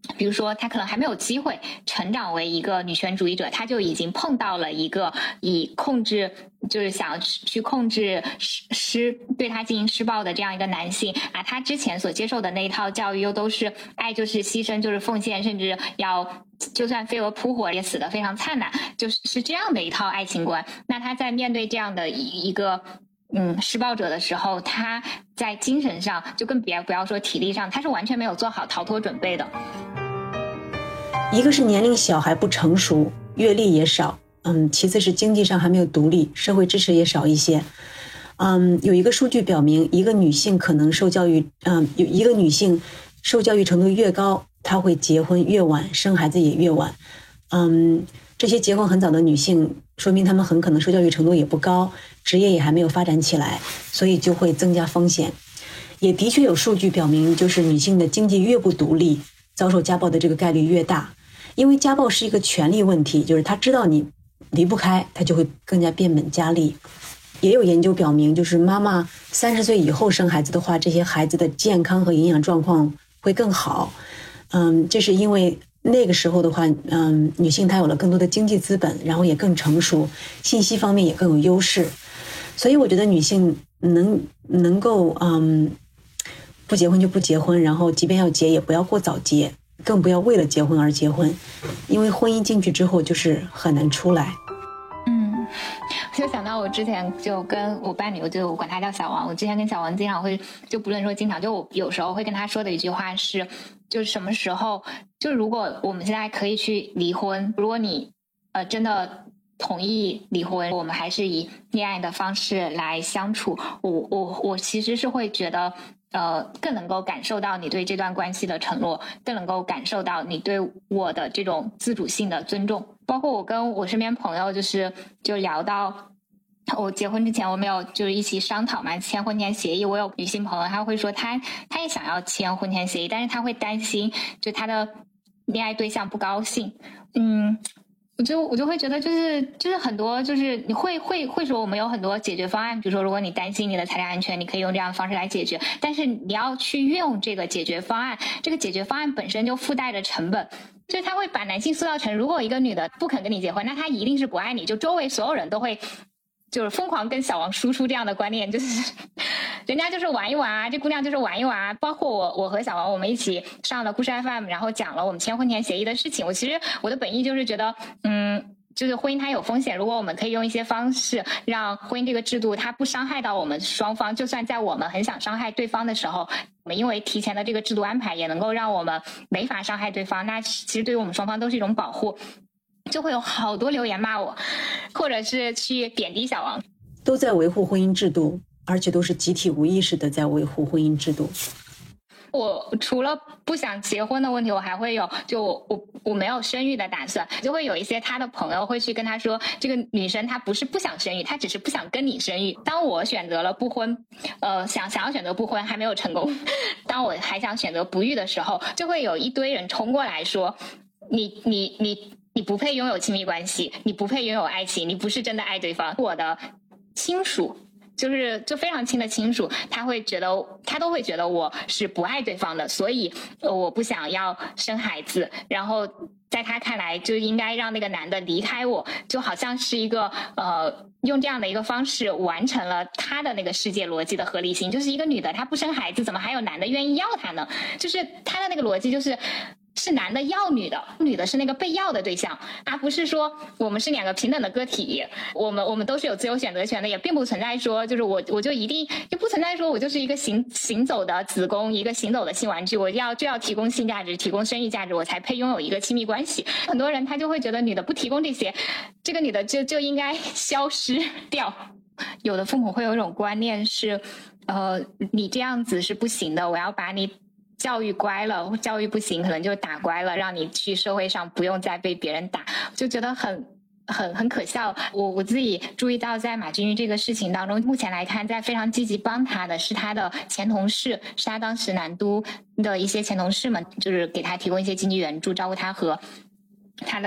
比如说她可能还没有机会成长为一个女权主义者，她就已经碰到了一个以控制，就是想去控制对她进行施暴的这样一个男性啊，她之前所接受的那一套教育又都是爱就是牺牲就是奉献，甚至要就算飞蛾扑火也死得非常灿烂，就是这样的一套爱情观。那她在面对这样的一个施暴者的时候，他在精神上就更不要说体力上，他是完全没有做好逃脱准备的。 一个是年龄小还不成熟，阅历也少，其次是经济上还没有独立，社会支持也少一些。有一个数据表明，一个女性可能受教育，有一个女性受教育程度越高，她会结婚越晚，生孩子也越晚。这些结婚很早的女性，说明她们很可能受教育程度也不高，职业也还没有发展起来，所以就会增加风险。也的确有数据表明，就是女性的经济越不独立，遭受家暴的这个概率越大。因为家暴是一个权利问题，就是他知道你离不开，他就会更加变本加厉。也有研究表明，就是妈妈30岁以后生孩子的话，这些孩子的健康和营养状况会更好。这是因为那个时候的话，女性她有了更多的经济资本，然后也更成熟，信息方面也更有优势。所以我觉得女性能够不结婚就不结婚，然后即便要结也不要过早结，更不要为了结婚而结婚，因为婚姻进去之后就是很难出来。 就想到我之前就跟我伴侣，我管他叫小王，我之前跟小王经常会，就不论说经常，就我有时候会跟他说的一句话是，就是什么时候，就如果我们现在可以去离婚，如果你真的同意离婚，我们还是以恋爱的方式来相处，我其实是会觉得更能够感受到你对这段关系的承诺，更能够感受到你对我的这种自主性的尊重。包括我跟我身边朋友就聊到我结婚之前我们有就是一起商讨嘛，签婚前协议。我有女性朋友她会说她也想要签婚前协议，但是她会担心就她的恋爱对象不高兴。我就会觉得就是很多就是你会说我们有很多解决方案，比如说如果你担心你的财产安全，你可以用这样的方式来解决，但是你要去运用这个解决方案，这个解决方案本身就附带着成本，就是他会把男性塑造成，如果一个女的不肯跟你结婚，那她一定是不爱你，就周围所有人都会就是疯狂跟小王输出这样的观念，就是人家就是玩一玩啊，这姑娘就是玩一玩啊。包括我和小王我们一起上了故事 FM， 然后讲了我们签婚前协议的事情。其实我的本意就是觉得就是婚姻它有风险，如果我们可以用一些方式让婚姻这个制度它不伤害到我们双方，就算在我们很想伤害对方的时候，我们因为提前的这个制度安排也能够让我们没法伤害对方，那其实对于我们双方都是一种保护。就会有好多留言骂我，或者是去贬低小王， 都在维护婚姻制度，而且都是集体无意识的在维护婚姻制度。 我除了不想结婚的问题，我还会有就我没有生育的打算，就会有一些他的朋友会去跟他说，这个女生她不是不想生育，她只是不想跟你生育。当我选择了不婚，想要选择不婚还没有成功，当我还想选择不育的时候，就会有一堆人冲过来说，你不配拥有亲密关系，你不配拥有爱情，你不是真的爱对方。我的亲属就非常亲的亲属，他都会觉得我是不爱对方的，所以我不想要生孩子，然后在他看来就应该让那个男的离开我，就好像是一个用这样的一个方式完成了他的那个世界逻辑的合理性。就是一个女的她不生孩子，怎么还有男的愿意要她呢？就是他的那个逻辑是男的要女的，女的是那个被要的对象，而不是说我们是两个平等的个体，我们都是有自由选择权的，也并不存在说就是我就一定也不存在说我就是一个行走的子宫，一个行走的性玩具，我就要提供性价值，提供生育价值，我才配拥有一个亲密关系。很多人他就会觉得女的不提供这些，这个女的就应该消失掉。有的父母会有一种观念是你这样子是不行的，我要把你教育乖了，教育不行可能就打乖了，让你去社会上不用再被别人打，就觉得很可笑。我自己注意到在马君玉这个事情当中，目前来看在非常积极帮他的是他的前同事，是他当时南都的一些前同事们，就是给他提供一些经济援助，照顾他和他的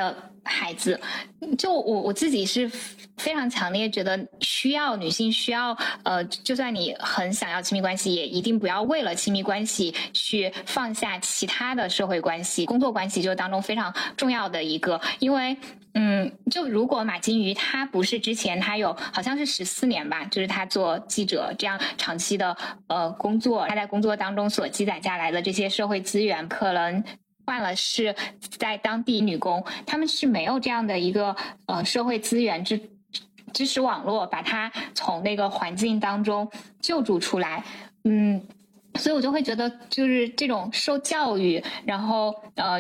孩子。就我自己是非常强烈觉得女性需要就算你很想要亲密关系，也一定不要为了亲密关系去放下其他的社会关系，工作关系就是当中非常重要的一个。因为就如果马金鱼他不是之前他有好像是14年吧，就是他做记者这样长期的工作，他在工作当中所积攒下来的这些社会资源，可能换了是在当地女工，他们是没有这样的一个社会资源知识网络把他从那个环境当中救助出来。所以我就会觉得就是这种受教育，然后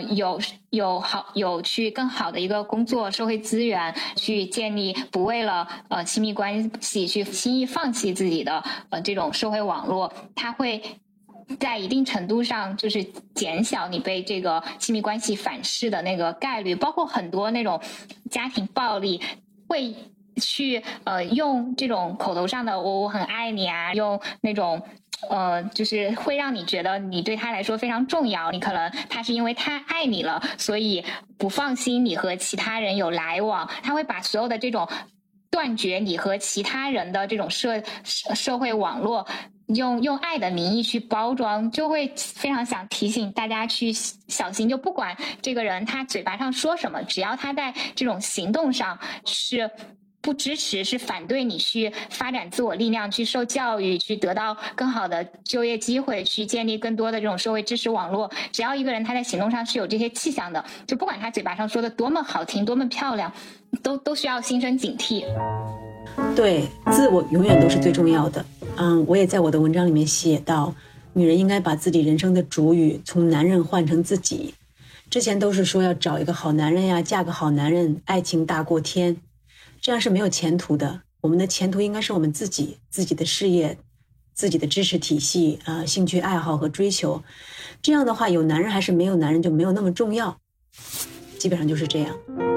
有去更好的一个工作社会资源去建立，不为了亲密关系去轻易放弃自己的这种社会网络，它会在一定程度上就是减小你被这个亲密关系反噬的那个概率。包括很多那种家庭暴力会去用这种口头上的我很爱你啊，用那种就是会让你觉得你对他来说非常重要，你可能他是因为太爱你了，所以不放心你和其他人有来往，他会把所有的这种断绝你和其他人的这种社会网络用爱的名义去包装，就会非常想提醒大家去小心。就不管这个人他嘴巴上说什么，只要他在这种行动上是不支持，是反对你去发展自我力量，去受教育，去得到更好的就业机会，去建立更多的这种社会知识网络，只要一个人他在行动上是有这些迹象的，就不管他嘴巴上说的多么好听多么漂亮，都需要心生警惕。 对，自我永远都是最重要的。我也在我的文章里面写到，女人应该把自己人生的主语从男人换成自己。之前都是说要找一个好男人呀，嫁个好男人，爱情大过天，这样是没有前途的。我们的前途应该是我们自己的事业，自己的知识体系兴趣爱好和追求。这样的话，有男人还是没有男人就没有那么重要，基本上就是这样。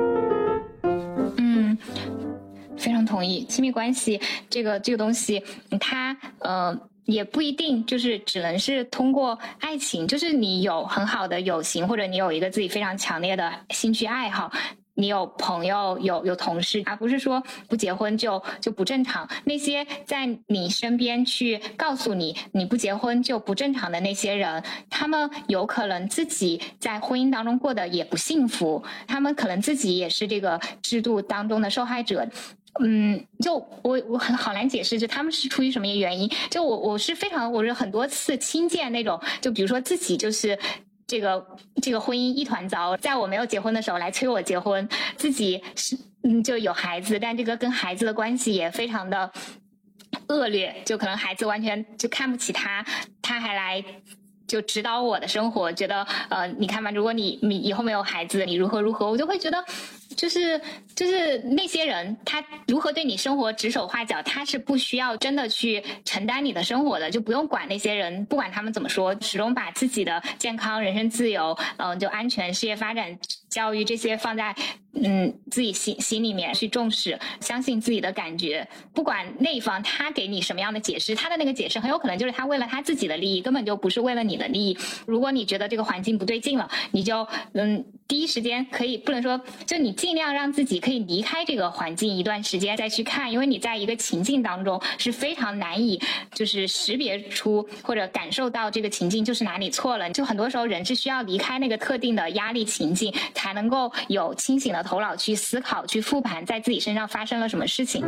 非常同意。亲密关系这个东西，它也不一定就是只能是通过爱情，就是你有很好的友情，或者你有一个自己非常强烈的兴趣爱好，你有朋友有同事，而不是说不结婚就不正常。那些在你身边去告诉你不结婚就不正常的那些人，他们有可能自己在婚姻当中过得也不幸福，他们可能自己也是这个制度当中的受害者。就我好难解释，就他们是出于什么原因。就我是很多次亲见那种，就比如说自己就是这个婚姻一团糟，在我没有结婚的时候来催我结婚，自己是就有孩子，但这个跟孩子的关系也非常的恶劣，就可能孩子完全就看不起他还来就指导我的生活，觉得你看吧，如果你以后没有孩子，你如何，我就会觉得就是那些人他如何对你生活指手画脚，他是不需要真的去承担你的生活的，就不用管那些人，不管他们怎么说，始终把自己的健康、人身自由、就安全、事业发展、教育这些放在自己心里面去重视，相信自己的感觉，不管那一方他给你什么样的解释，他的那个解释很有可能就是他为了他自己的利益，根本就不是为了你的利益。如果你觉得这个环境不对劲了，你就第一时间可以，不能说就你尽量让自己可以离开这个环境一段时间再去看，因为你在一个情境当中是非常难以就是识别出或者感受到这个情境就是哪里错了，就很多时候人是需要离开那个特定的压力情境，才能够有清醒的头脑去思考、去复盘在自己身上发生了什么事情。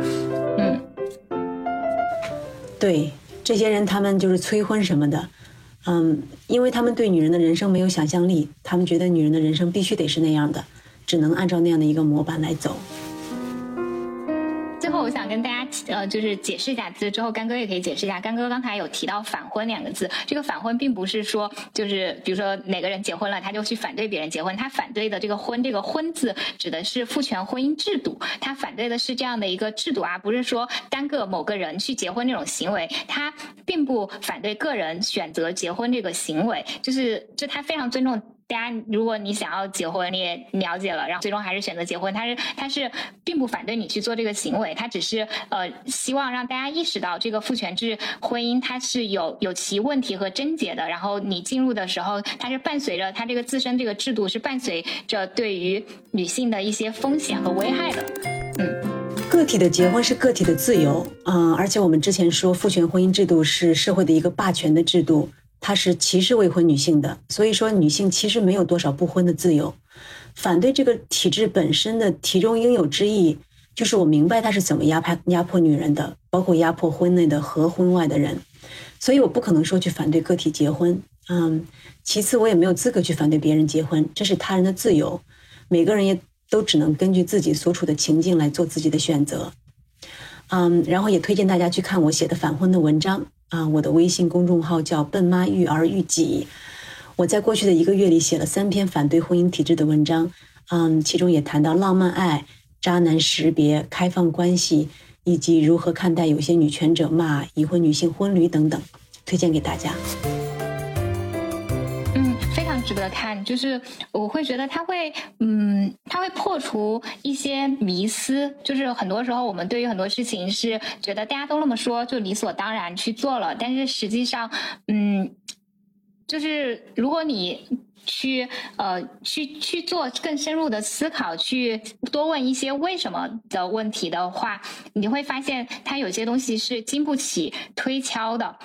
对，这些人他们就是催婚什么的，因为他们对女人的人生没有想象力，他们觉得女人的人生必须得是那样的，只能按照那样的一个模板来走。 最后我想跟大家就是解释一下，之后干哥也可以解释一下。干哥刚才有提到反婚2个字，这个反婚并不是说就是比如说哪个人结婚了他就去反对别人结婚，他反对的这个婚字指的是父权婚姻制度，他反对的是这样的一个制度啊，不是说单个某个人去结婚这种行为，他并不反对个人选择结婚这个行为，就是他非常尊重大家如果你想要结婚，你也了解了，然后最终还是选择结婚，他是并不反对你去做这个行为，他只是希望让大家意识到这个父权制婚姻它是有其问题和症结的，然后你进入的时候，它是伴随着它这个自身这个制度是伴随着对于女性的一些风险和危害的。 个体的结婚是个体的自由，而且我们之前说父权婚姻制度是社会的一个霸权的制度，它是歧视未婚女性的，所以说女性其实没有多少不婚的自由。反对这个体制本身的题中应有之意，就是我明白它是怎么压迫女人的，包括压迫婚内的和婚外的人，所以我不可能说去反对个体结婚。其次我也没有资格去反对别人结婚，这是他人的自由，每个人也都只能根据自己所处的情境来做自己的选择。然后也推荐大家去看我写的反婚的文章。我的微信公众号叫笨妈育儿育己，我在过去的1个月里写了3篇反对婚姻体制的文章，其中也谈到浪漫爱、渣男识别、开放关系，以及如何看待有些女权者骂已婚女性婚驴等等，推荐给大家。 非常值得看，就是我会觉得它会破除一些迷思，就是很多时候我们对于很多事情是觉得大家都那么说就理所当然去做了，但是实际上就是如果你去做更深入的思考，去多问一些为什么的问题的话，你会发现它有些东西是经不起推敲的。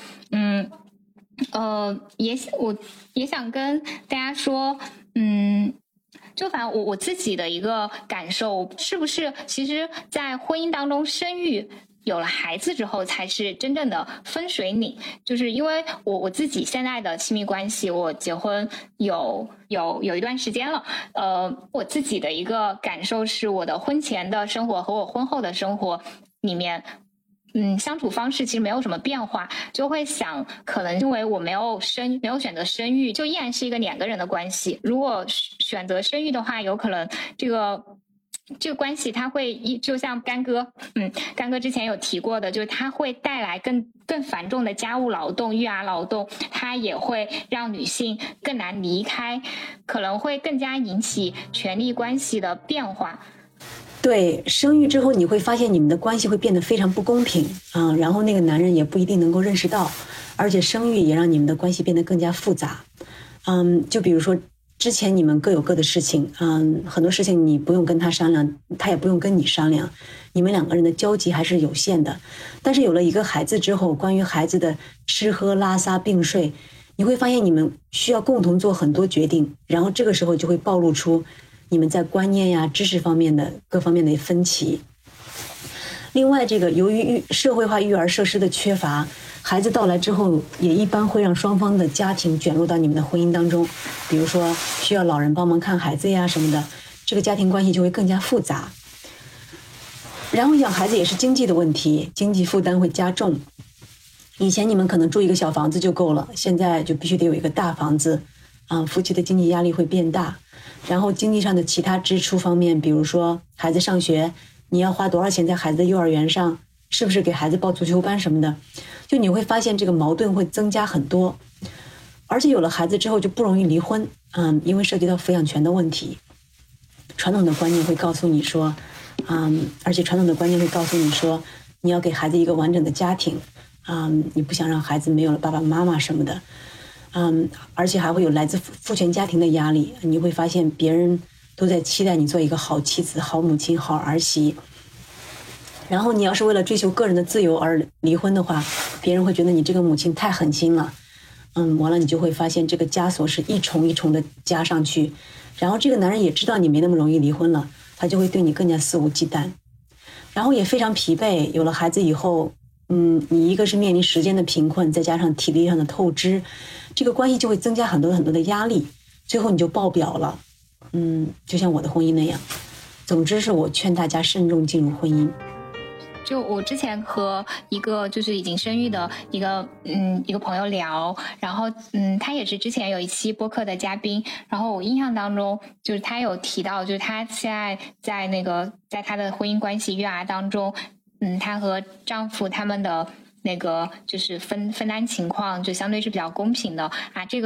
我也想跟大家说，就反正我自己的一个感受，是不是其实在婚姻当中生育有了孩子之后才是真正的分水岭？就是因为我自己现在的亲密关系，我结婚有一段时间了，我自己的一个感受是，我的婚前的生活和我婚后的生活里面相处方式其实没有什么变化，就会想可能因为我没有选择生育，就依然是一个2个人的关系。如果选择生育的话，有可能这个关系它会就像干哥之前有提过的，就是它会带来更繁重的家务劳动、育儿劳动，它也会让女性更难离开，可能会更加引起权力关系的变化。 对，生育之后你会发现你们的关系会变得非常不公平然后那个男人也不一定能够认识到，而且生育也让你们的关系变得更加复杂。就比如说之前你们各有各的事情，很多事情你不用跟他商量，他也不用跟你商量，你们2个人的交集还是有限的。但是有了一个孩子之后，关于孩子的吃喝拉撒病睡，你会发现你们需要共同做很多决定，然后这个时候就会暴露出你们在观念呀、知识方面的各方面的分歧。另外，这个由于社会化育儿设施的缺乏，孩子到来之后也一般会让双方的家庭卷入到你们的婚姻当中，比如说需要老人帮忙看孩子呀什么的，这个家庭关系就会更加复杂。然后养孩子也是经济的问题，经济负担会加重。以前你们可能住一个小房子就够了，现在就必须得有一个大房子，夫妻的经济压力会变大。然后经济上的其他支出方面，比如说孩子上学，你要花多少钱在孩子的幼儿园上，是不是给孩子报足球班什么的，就你会发现这个矛盾会增加很多。而且有了孩子之后就不容易离婚，因为涉及到抚养权的问题。传统的观念会告诉你说，而且传统的观念会告诉你说，你要给孩子一个完整的家庭，你不想让孩子没有了爸爸妈妈什么的。而且还会有来自父权家庭的压力，你会发现别人都在期待你做一个好妻子、好母亲、好儿媳。然后你要是为了追求个人的自由而离婚的话，别人会觉得你这个母亲太狠心了。完了你就会发现这个枷锁是一重一重的加上去，然后这个男人也知道你没那么容易离婚了，他就会对你更加肆无忌惮，然后也非常疲惫。有了孩子以后，你一个是面临时间的贫困，再加上体力上的透支，这个关系就会增加很多很多的压力，最后你就爆表了。就像我的婚姻那样。总之是我劝大家慎重进入婚姻。 就我之前和一个就是已经生育的一个朋友聊，然后他也是之前有一期播客的嘉宾，然后我印象当中就是他有提到，就是他现在在他的婚姻关系育儿当中，他和丈夫他们的那个就是分担情况就相对是比较公平的啊，这个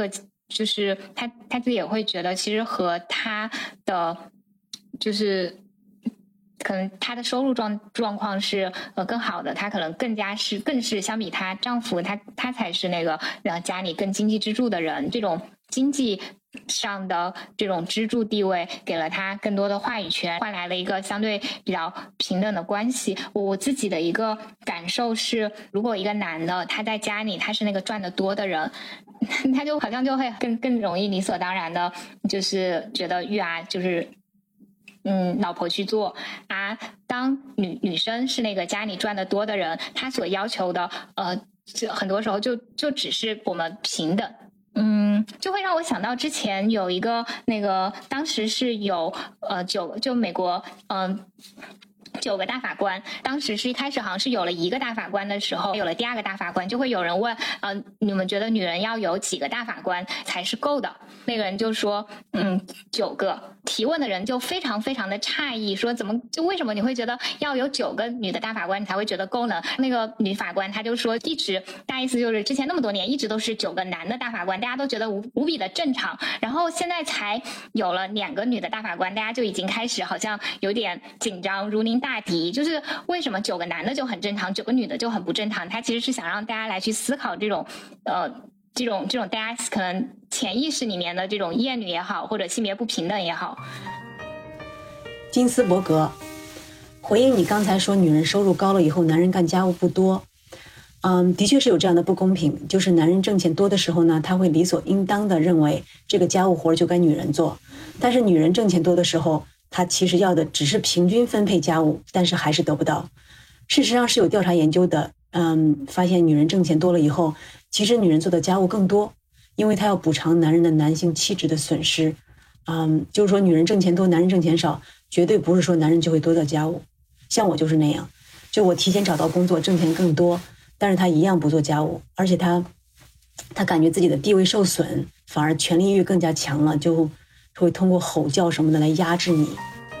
就是他自己也会觉得，其实和他的就是可能他的收入状况是更好的，他可能更是相比她丈夫，他才是那个让家里更经济支柱的人，这种经济上的这种支柱地位给了他更多的话语权，换来了一个相对比较平等的关系。我自己的一个感受是，如果一个男的他在家里他是那个赚得多的人，他就好像就会更容易理所当然的就是觉得育儿就是老婆去做啊。当女生是那个家里赚得多的人，她所要求的就很多时候就只是我们平等。就会让我想到之前有一个那个当时是有就美国9个大法官，当时是一开始好像是有了1个大法官的时候，有了第2个大法官，就会有人问你们觉得女人要有几个大法官才是够的？那个人就说9个。提问的人就非常非常的诧异，说怎么就为什么你会觉得要有9个女的大法官你才会觉得够呢？那个女法官她就说，一直大意思就是之前那么多年一直都是9个男的大法官，大家都觉得无比的正常，然后现在才有了2个女的大法官，大家就已经开始好像有点紧张，如临大敌。就是为什么9个男的就很正常，9个女的就很不正常？他其实是想让大家来去思考这种大家可能潜意识里面的这种厌女也好，或者性别不平等也好。 金斯伯格回应你刚才说女人收入高了以后男人干家务不多，的确是有这样的不公平，就是男人挣钱多的时候呢，他会理所应当的认为这个家务活就该女人做，但是女人挣钱多的时候，她其实要的只是平均分配家务，但是还是得不到。事实上是有调查研究的，发现女人挣钱多了以后，其实女人做的家务更多，因为她要补偿男人的男性气质的损失。就是说女人挣钱多，男人挣钱少，绝对不是说男人就会多做家务。像我就是那样，就我提前找到工作，挣钱更多，但是他一样不做家务，而且他感觉自己的地位受损，反而权力欲更加强了，就会通过吼叫什么的来压制你。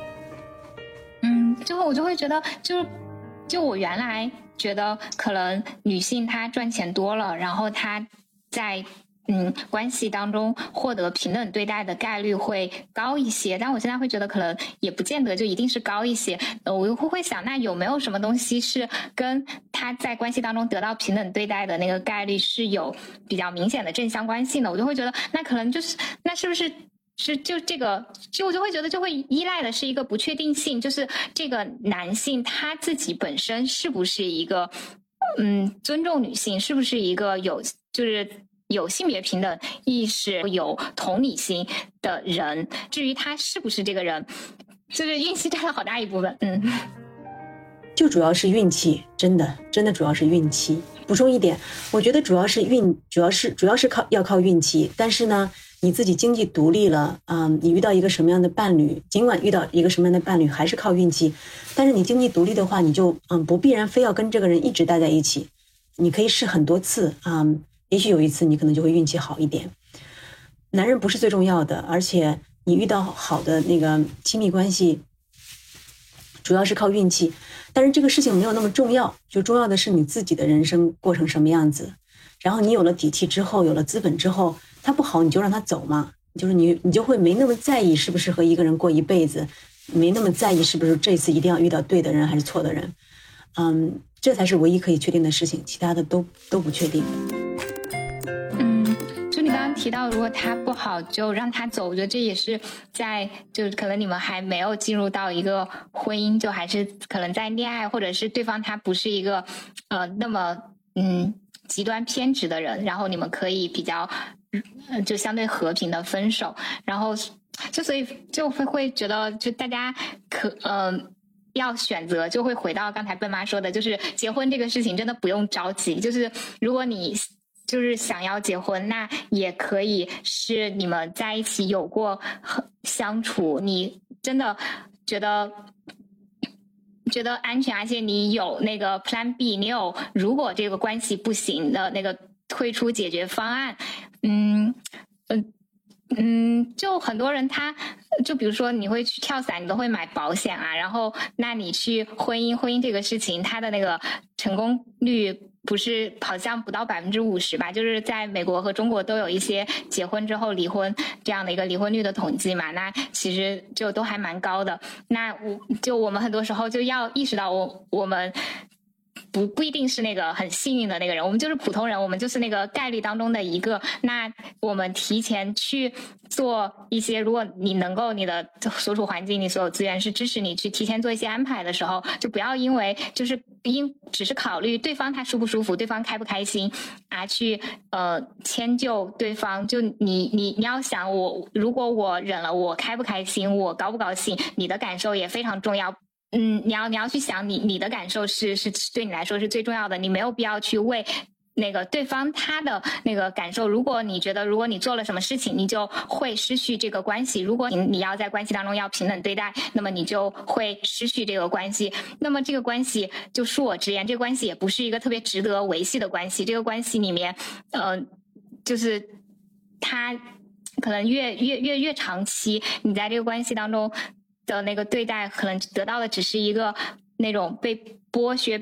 就我就会觉得，就我原来觉得可能女性她赚钱多了，然后她在关系当中获得平等对待的概率会高一些，但我现在会觉得可能也不见得就一定是高一些。我会想，那有没有什么东西是跟他在关系当中得到平等对待的那个概率是有比较明显的正相关性的？我就会觉得，那可能就是那是不是就这个，就我就会觉得就会依赖的是一个不确定性，就是这个男性他自己本身是不是一个尊重女性，是不是一个有性别平等意识、有同理心的人。至于他是不是这个人，就是运气占了好大一部分。 就主要是运气，真的主要是运气。补充一点，我觉得主要是要靠运气，但是呢，你自己经济独立了，你遇到一个什么样的伴侣，尽管遇到一个什么样的伴侣还是靠运气，但是你经济独立的话，你就不必然非要跟这个人一直待在一起，你可以试很多次也许有一次你可能就会运气好一点。男人不是最重要的，而且你遇到好的那个亲密关系主要是靠运气，但是这个事情没有那么重要，就重要的是你自己的人生过成什么样子。然后你有了底气之后，有了资本之后，他不好你就让他走嘛，就是你就会没那么在意是不是和一个人过一辈子，没那么在意是不是这次一定要遇到对的人还是错的人。这才是唯一可以确定的事情，其他的都不确定。 就你刚刚提到，如果他不好就让他走，我觉得这也是就可能你们还没有进入到一个婚姻，就还是可能在恋爱，或者是对方他不是一个那么极端偏执的人，然后你们可以比较就相对和平的分手，然后所以就会觉得就大家要选择，就会回到刚才笨妈说的，就是结婚这个事情真的不用着急，就是如果你就是想要结婚，那也可以是你们在一起有过相处，你真的觉得安全，而且你有那个 Plan B， 你有如果这个关系不行的那个退出解决方案。就很多人就比如说你会去跳伞，你都会买保险啊，然后那你去婚姻这个事情，它的那个成功率不是好像不到50%吧，就是在美国和中国都有一些结婚之后离婚这样的一个离婚率的统计嘛，那其实就都还蛮高的。那我们很多时候就要意识到我们不一定是那个很幸运的那个人，我们就是普通人，我们就是那个概率当中的一个。那我们提前去做一些，如果你能够，你的所处环境、你所有资源是支持你去提前做一些安排的时候，就不要因为只是考虑对方他舒不舒服，对方开不开心啊，去迁就对方。就你要想如果我忍了，我开不开心，我高不高兴，你的感受也非常重要。你要去想你的感受是对你来说是最重要的，你没有必要去为那个对方他的那个感受。如果你觉得如果你做了什么事情，你就会失去这个关系。如果你要在关系当中要平等对待，那么你就会失去这个关系。那么这个关系就恕我直言，这个关系也不是一个特别值得维系的关系。这个关系里面，就是它可能越长期，你在这个关系当中的那个对待，可能得到的只是一个那种被剥削、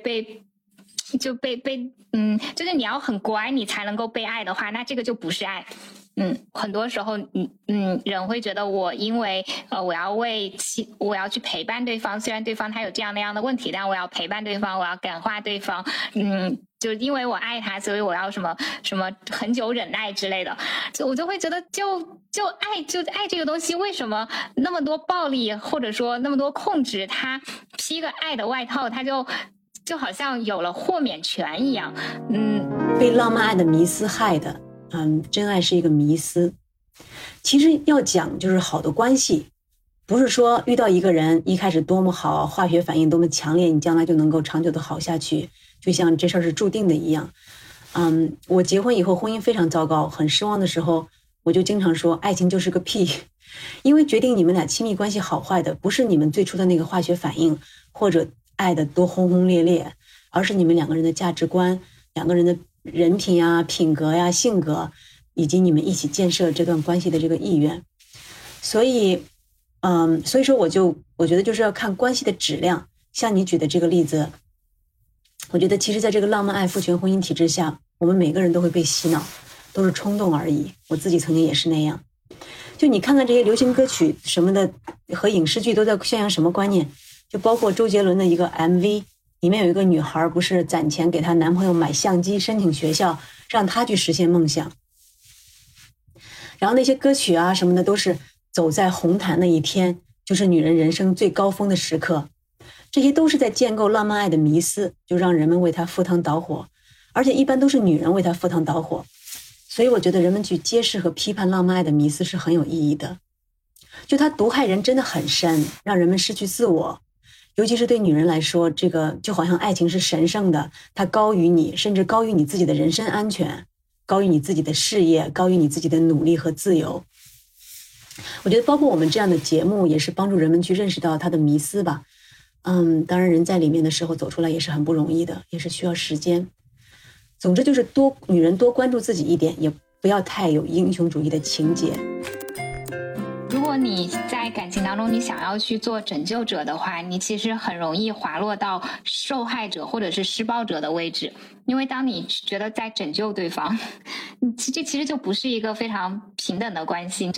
就是你要很乖，你才能够被爱的话，那这个就不是爱。很多时候，人会觉得因为我要去陪伴对方，虽然对方他有这样那样的问题，但我要陪伴对方，我要感化对方，就因为我爱他，所以我要什么很久忍耐之类的。我就会觉得就爱这个东西，为什么那么多暴力，或者说那么多控制，他披个爱的外套，他就好像有了豁免权一样。 被浪漫爱的迷思害的。真爱是一个迷思。其实要讲就是好的关系，不是说遇到一个人一开始多么好，化学反应多么强烈，你将来就能够长久的好下去，就像这事儿是注定的一样。我结婚以后婚姻非常糟糕，很失望的时候，我就经常说爱情就是个屁。因为决定你们俩亲密关系好坏的不是你们最初的那个化学反应，或者爱的多轰轰烈烈，而是你们两个人的价值观，两个人的人品呀、品格呀、性格，以及你们一起建设这段关系的这个意愿。所以说我觉得就是要看关系的质量。像你举的这个例子，我觉得其实在这个浪漫爱父权婚姻体制下，我们每个人都会被洗脑，都是冲动而已。我自己曾经也是那样。就你看看这些流行歌曲什么的和影视剧都在宣扬什么观念，就包括周杰伦的一个 MV，里面有一个女孩不是攒钱给她男朋友买相机，申请学校，让她去实现梦想。然后那些歌曲啊什么的都是走在红毯那一天，就是女人人生最高峰的时刻。这些都是在建构浪漫爱的迷思，就让人们为她赴汤蹈火，而且一般都是女人为她赴汤蹈火。所以我觉得人们去揭示和批判浪漫爱的迷思是很有意义的。就它毒害人真的很深，让人们失去自我。尤其是对女人来说，这个就好像爱情是神圣的，它高于你，甚至高于你自己的人身安全，高于你自己的事业，高于你自己的努力和自由。我觉得包括我们这样的节目也是帮助人们去认识到它的迷思吧。当然人在里面的时候走出来也是很不容易的，也是需要时间。总之就是女人多关注自己一点，也不要太有英雄主义的情节。 如果你在感情当中你想要去做拯救者的话，你其实很容易滑落到受害者或者是施暴者的位置。因为当你觉得在拯救对方，这其实就不是一个非常平等的关系。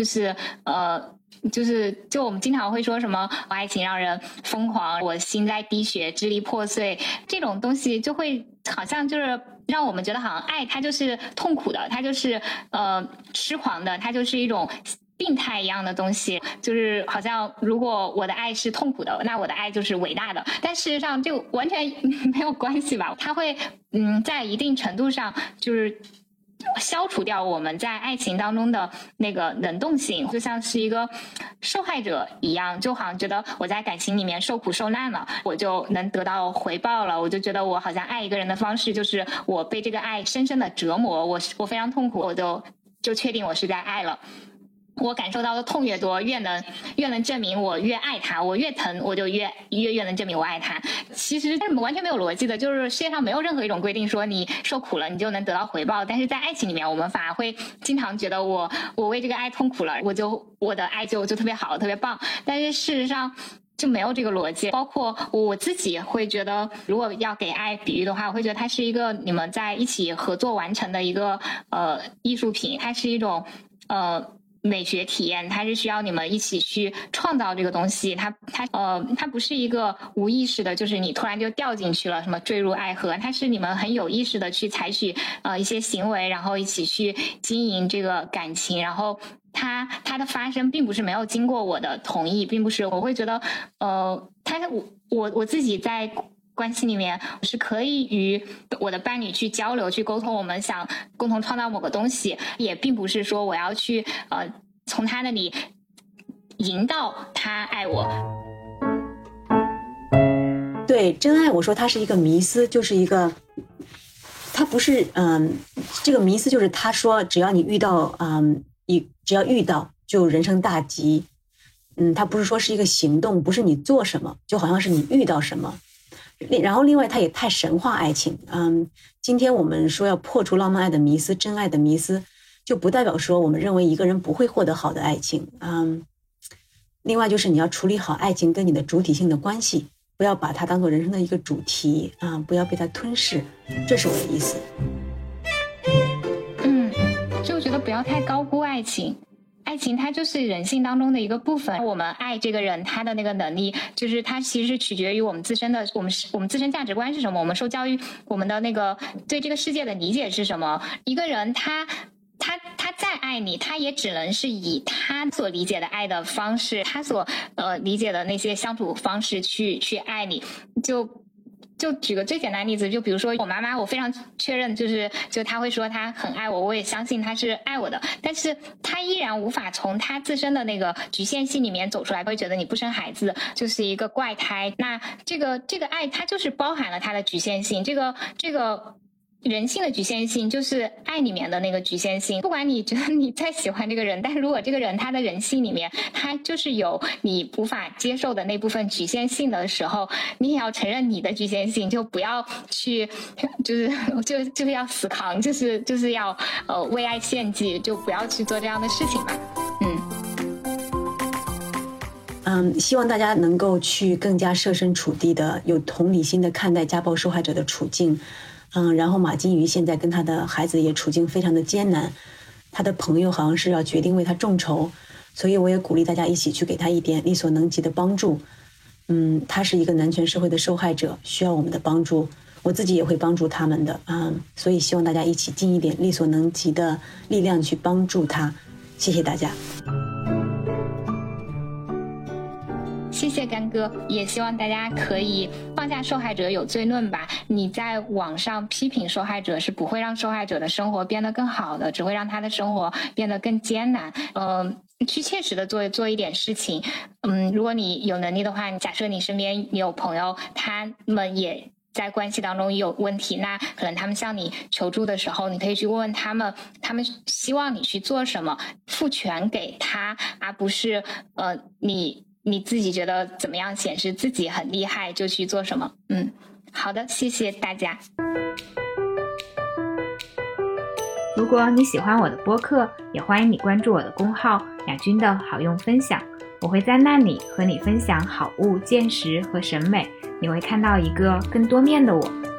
就我们经常会说什么爱情让人疯狂，我心在滴血，支离破碎，这种东西就会好像就是让我们觉得好像爱它就是痛苦的，它就是痴狂的，它就是一种病态一样的东西。就是好像如果我的爱是痛苦的，那我的爱就是伟大的，但事实上就完全没有关系吧。它会在一定程度上就是消除掉我们在爱情当中的那个能动性，就像是一个受害者一样，就好像觉得我在感情里面受苦受难了，我就能得到回报了。我就觉得我好像爱一个人的方式就是我被这个爱深深的折磨，我非常痛苦，我就确定我是在爱了。我感受到的痛越多，越能证明我越爱他，我越疼我就越能证明我爱他。其实完全没有逻辑的，就是世界上没有任何一种规定说你受苦了你就能得到回报。但是在爱情里面，我们反而会经常觉得我为这个爱痛苦了，我的爱就特别好特别棒。但是事实上就没有这个逻辑。包括我自己会觉得，如果要给爱比喻的话，我会觉得它是一个你们在一起合作完成的一个艺术品，它是一种美学体验，它是需要你们一起去创造这个东西。它不是一个无意识的，就是你突然就掉进去了，什么坠入爱河。它是你们很有意识的去采取一些行为，然后一起去经营这个感情。然后它的发生并不是没有经过我的同意，并不是我会觉得我自己在关系里面是可以与我的伴侣去交流去沟通，我们想共同创造某个东西，也并不是说我要去从他那里引导他爱我。 对，真爱我说它是一个迷思，就是一个它不是这个迷思就是他说只要你遇到只要遇到就人生大吉。它不是说是一个行动，不是你做什么就好像是你遇到什么。然后另外它也太神话爱情。今天我们说要破除浪漫爱的迷思，真爱的迷思，就不代表说我们认为一个人不会获得好的爱情。另外就是你要处理好爱情跟你的主体性的关系，不要把它当做人生的一个主题不要被它吞噬，这是我的意思。 就觉得不要太高估爱情。爱情它就是人性当中的一个部分，我们爱这个人他的那个能力，就是它其实是取决于我们自身的我们自身价值观是什么，我们受教育我们的那个对这个世界的理解是什么。一个人他再爱你，他也只能是以他所理解的爱的方式，他所理解的那些相处方式去爱你。就举个最简单的例子，就比如说我妈妈，我非常确认就她会说她很爱我，我也相信她是爱我的，但是她依然无法从她自身的那个局限性里面走出来，会觉得你不生孩子就是一个怪胎。那这个爱它就是包含了她的局限性，这个人性的局限性就是爱里面的那个局限性。不管你觉得你再喜欢这个人，但如果这个人他的人性里面他就是有你无法接受的那部分局限性的时候，你也要承认你的局限性，就不要去就是要死扛，就是要为爱献祭，就不要去做这样的事情吧。 希望大家能够去更加设身处地的有同理心的看待家暴受害者的处境。然后马金鱼现在跟他的孩子也处境非常的艰难，他的朋友好像是要决定为他众筹，所以我也鼓励大家一起去给他一点力所能及的帮助。他是一个男权社会的受害者，需要我们的帮助，我自己也会帮助他们的所以希望大家一起尽一点力所能及的力量去帮助他。谢谢大家。 谢谢干哥，也希望大家可以放下受害者有罪论吧。你在网上批评受害者是不会让受害者的生活变得更好的，只会让他的生活变得更艰难。去切实的做一点事情。如果你有能力的话，假设你身边有朋友，他们也在关系当中有问题，那可能他们向你求助的时候，你可以去问问他们希望你去做什么，赋权给他，而不是你自己觉得怎么样显示自己很厉害就去做什么。好的，谢谢大家。 如果你喜欢我的播客，也欢迎你关注我的公号雅君的好用分享，我会在那里和你分享好物、见识和审美，你会看到一个更多面的我。